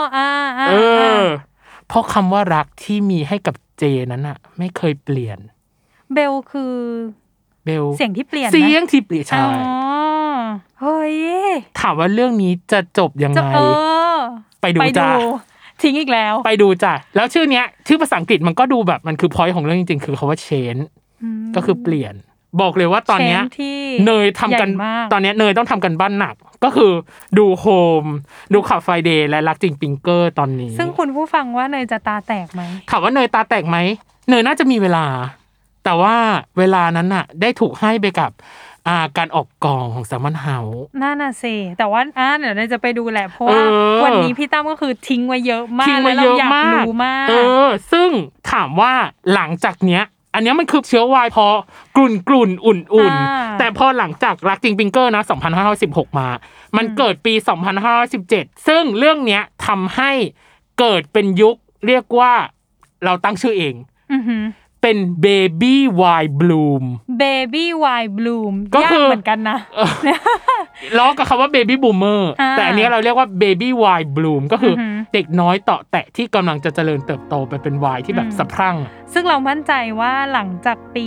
เพราะคำว่ารักที่มีให้กับเจนั้นน่ะไม่เคยเปลี่ยนเบลคือเสียงที่เปลี่ยนเสียงที่เปลี่ยนใช่เฮ้ยถามว่าเรื่องนี้จะจบยังไงไปดูจ้ะทิ้งอีกแล้วไปดูจ้ะแล้วชื่อเนี้ยชื่อภาษาอังกฤษมันก็ดูแบบมันคือ point ของเรื่องจริงๆคือคำว่า change ก็คือเปลี่ยนบอกเลยว่าตอนเนี้ยเนยทำกันตอนเนี้ยเนยต้องทำกันบ้านหนักก็คือดูโฮมดูข่าวไฟเดย์และรักจริงปิงเกอร์ตอนนี้ซึ่งคุณผู้ฟังว่าเนยจะตาแตกไหมถามว่าเนยตาแตกไหมเนยน่าจะมีเวลาแต่ว่าเวลานั้นน่ะได้ถูกให้ไปกับการออกกองของแซมมอนเฮาส์น่าสิแต่ว่าเดี๋ยวเราจะไปดูแหละเพราะว่าวันนี้พี่ตั้มก็คือทิ้งไว้เยอะมากแล้วเราอยากรู้มากซึ่งถามว่าหลังจากเนี้ยอันนี้มันคือเชื้อวายพอกลุ่นอุ่นแต่พอหลังจากรักจริงปิงเกอร์นะ2516มามันเกิดปี2517ซึ่งเรื่องเนี้ยทำให้เกิดเป็นยุคเรียกว่าเราตั้งชื่อเองเป็น Baby Y Bloom Baby Y Bloom ก็คือเหมือนกันนะล้อกับคำว่า Baby Boomer แต่อันนี้เราเรียกว่า Baby Y Bloom ก็คือเด็กน้อยเตาะแตะที่กำลังจะเจริญเติบโตไปเป็นวัยที่แบบสะพรั่งซึ่งเรามั่นใจว่าหลังจากปี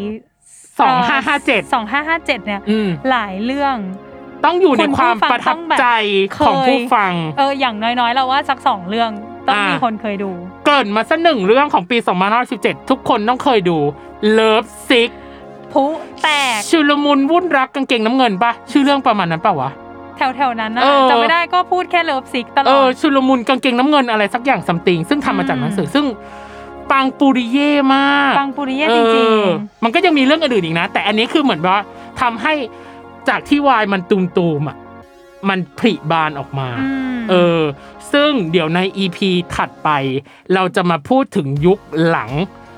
2557เนี่ยหลายเรื่องต้องอยู่ในความประทับใจของผู้ฟังอย่างน้อยๆเราว่าสัก2เรื่องต้องมีคนเคยดูเกิดมาสัก1เรื่องของปี2517ทุกคนต้องเคยดู Love Sick ผู้แตกชุลมุนวุ่นรักกางเกงน้ำเงินป่ะชื่อเรื่องประมาณนั้นป่ะวะแถวๆนั้นนะจำไม่ได้ก็พูดแค่ Love Sick ตลอดชุลมุนกางเกงน้ำเงินอะไรสักอย่างซัมติงซึ่งทำมาจากหนังสือซึ่งปังปุริเย่มากปังปุริเย่จริงๆมันก็ยังมีเรื่องอื่นอีกนะแต่อันนี้คือเหมือนว่าทำให้จากที่วายมันตูมๆอ่ะมันผลิบานออกมาซึ่งเดี๋ยวใน EP ถัดไปเราจะมาพูดถึงยุคหลัง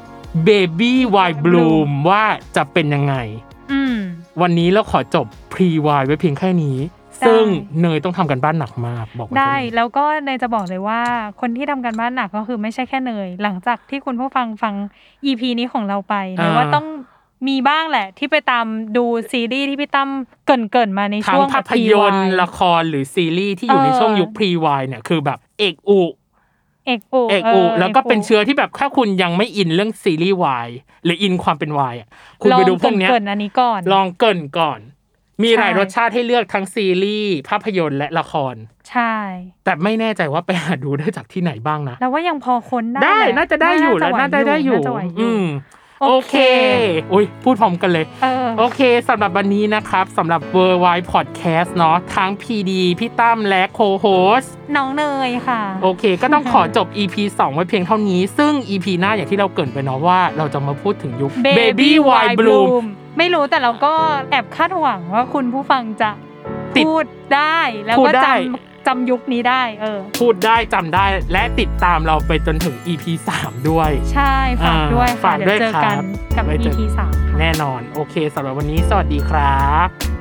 Baby Y Bloom ว่าจะเป็นยังไงวันนี้เราขอจบ Pre Y ไว้เพียงแค่นี้ซึ่งเนยต้องทำกันบ้านหนักมากบอกได้แล้วก็เนยจะบอกเลยว่าคนที่ทำกันบ้านหนักก็คือไม่ใช่แค่เนยหลังจากที่คุณผู้ฟัง EP นี้ของเราไปเนยว่าต้องมีบ้างแหละที่ไปตามดูซีรีส์ที่พี่ตั้มเกินมาในช่วงภาพยนตร์ละครหรือซีรีส์ที่อยู่ในช่วงยุค Pre-Y เนี่ยคือแบบเอกอุแล้วก็เป็นเชื้อที่แบบถ้าคุณยังไม่อินเรื่องซีรีส์ Y หรืออินความเป็น Y อ่ะคุณไปดูพวกเนี้ยเกินอันนี้ก่อนลองเกินก่อนมีหลายรสชาติให้เลือกทั้งซีรีส์ภาพยนตร์และละครใช่แต่ไม่แน่ใจว่าไปหาดูได้จากที่ไหนบ้างนะแล้วว่ายังพอค้นได้น่าจะได้อยู่แล้วน่าจะได้อยู่โอเคอุ๊ยพูดพร้อมกันเลยโอเคสำหรับวันนี้นะครับสำหรับ Worldwide Podcast เนาะทั้ง PD พี่ตั้มและโคโฮสน้องเนยค่ะโอเคก็ต้องขอจบ EP 2 ไว้เพียงเท่านี้ซึ่ง EP หน้าอย่างที่เราเกริ่นไปเนาะว่าเราจะมาพูดถึงยุค Baby Y Bloom ไม่รู้แต่เราก็แอบคาดหวังว่าคุณผู้ฟังจะพูดได้แล้วก็จำยุคนี้ได้พูดได้จำได้และติดตามเราไปจนถึง EP 3 ด้วยใช่ฝากด้วยค่ะเดี๋ยวเจอกันกับ EP 3 แน่นอนโอเคสำหรับวันนี้สวัสดีครับ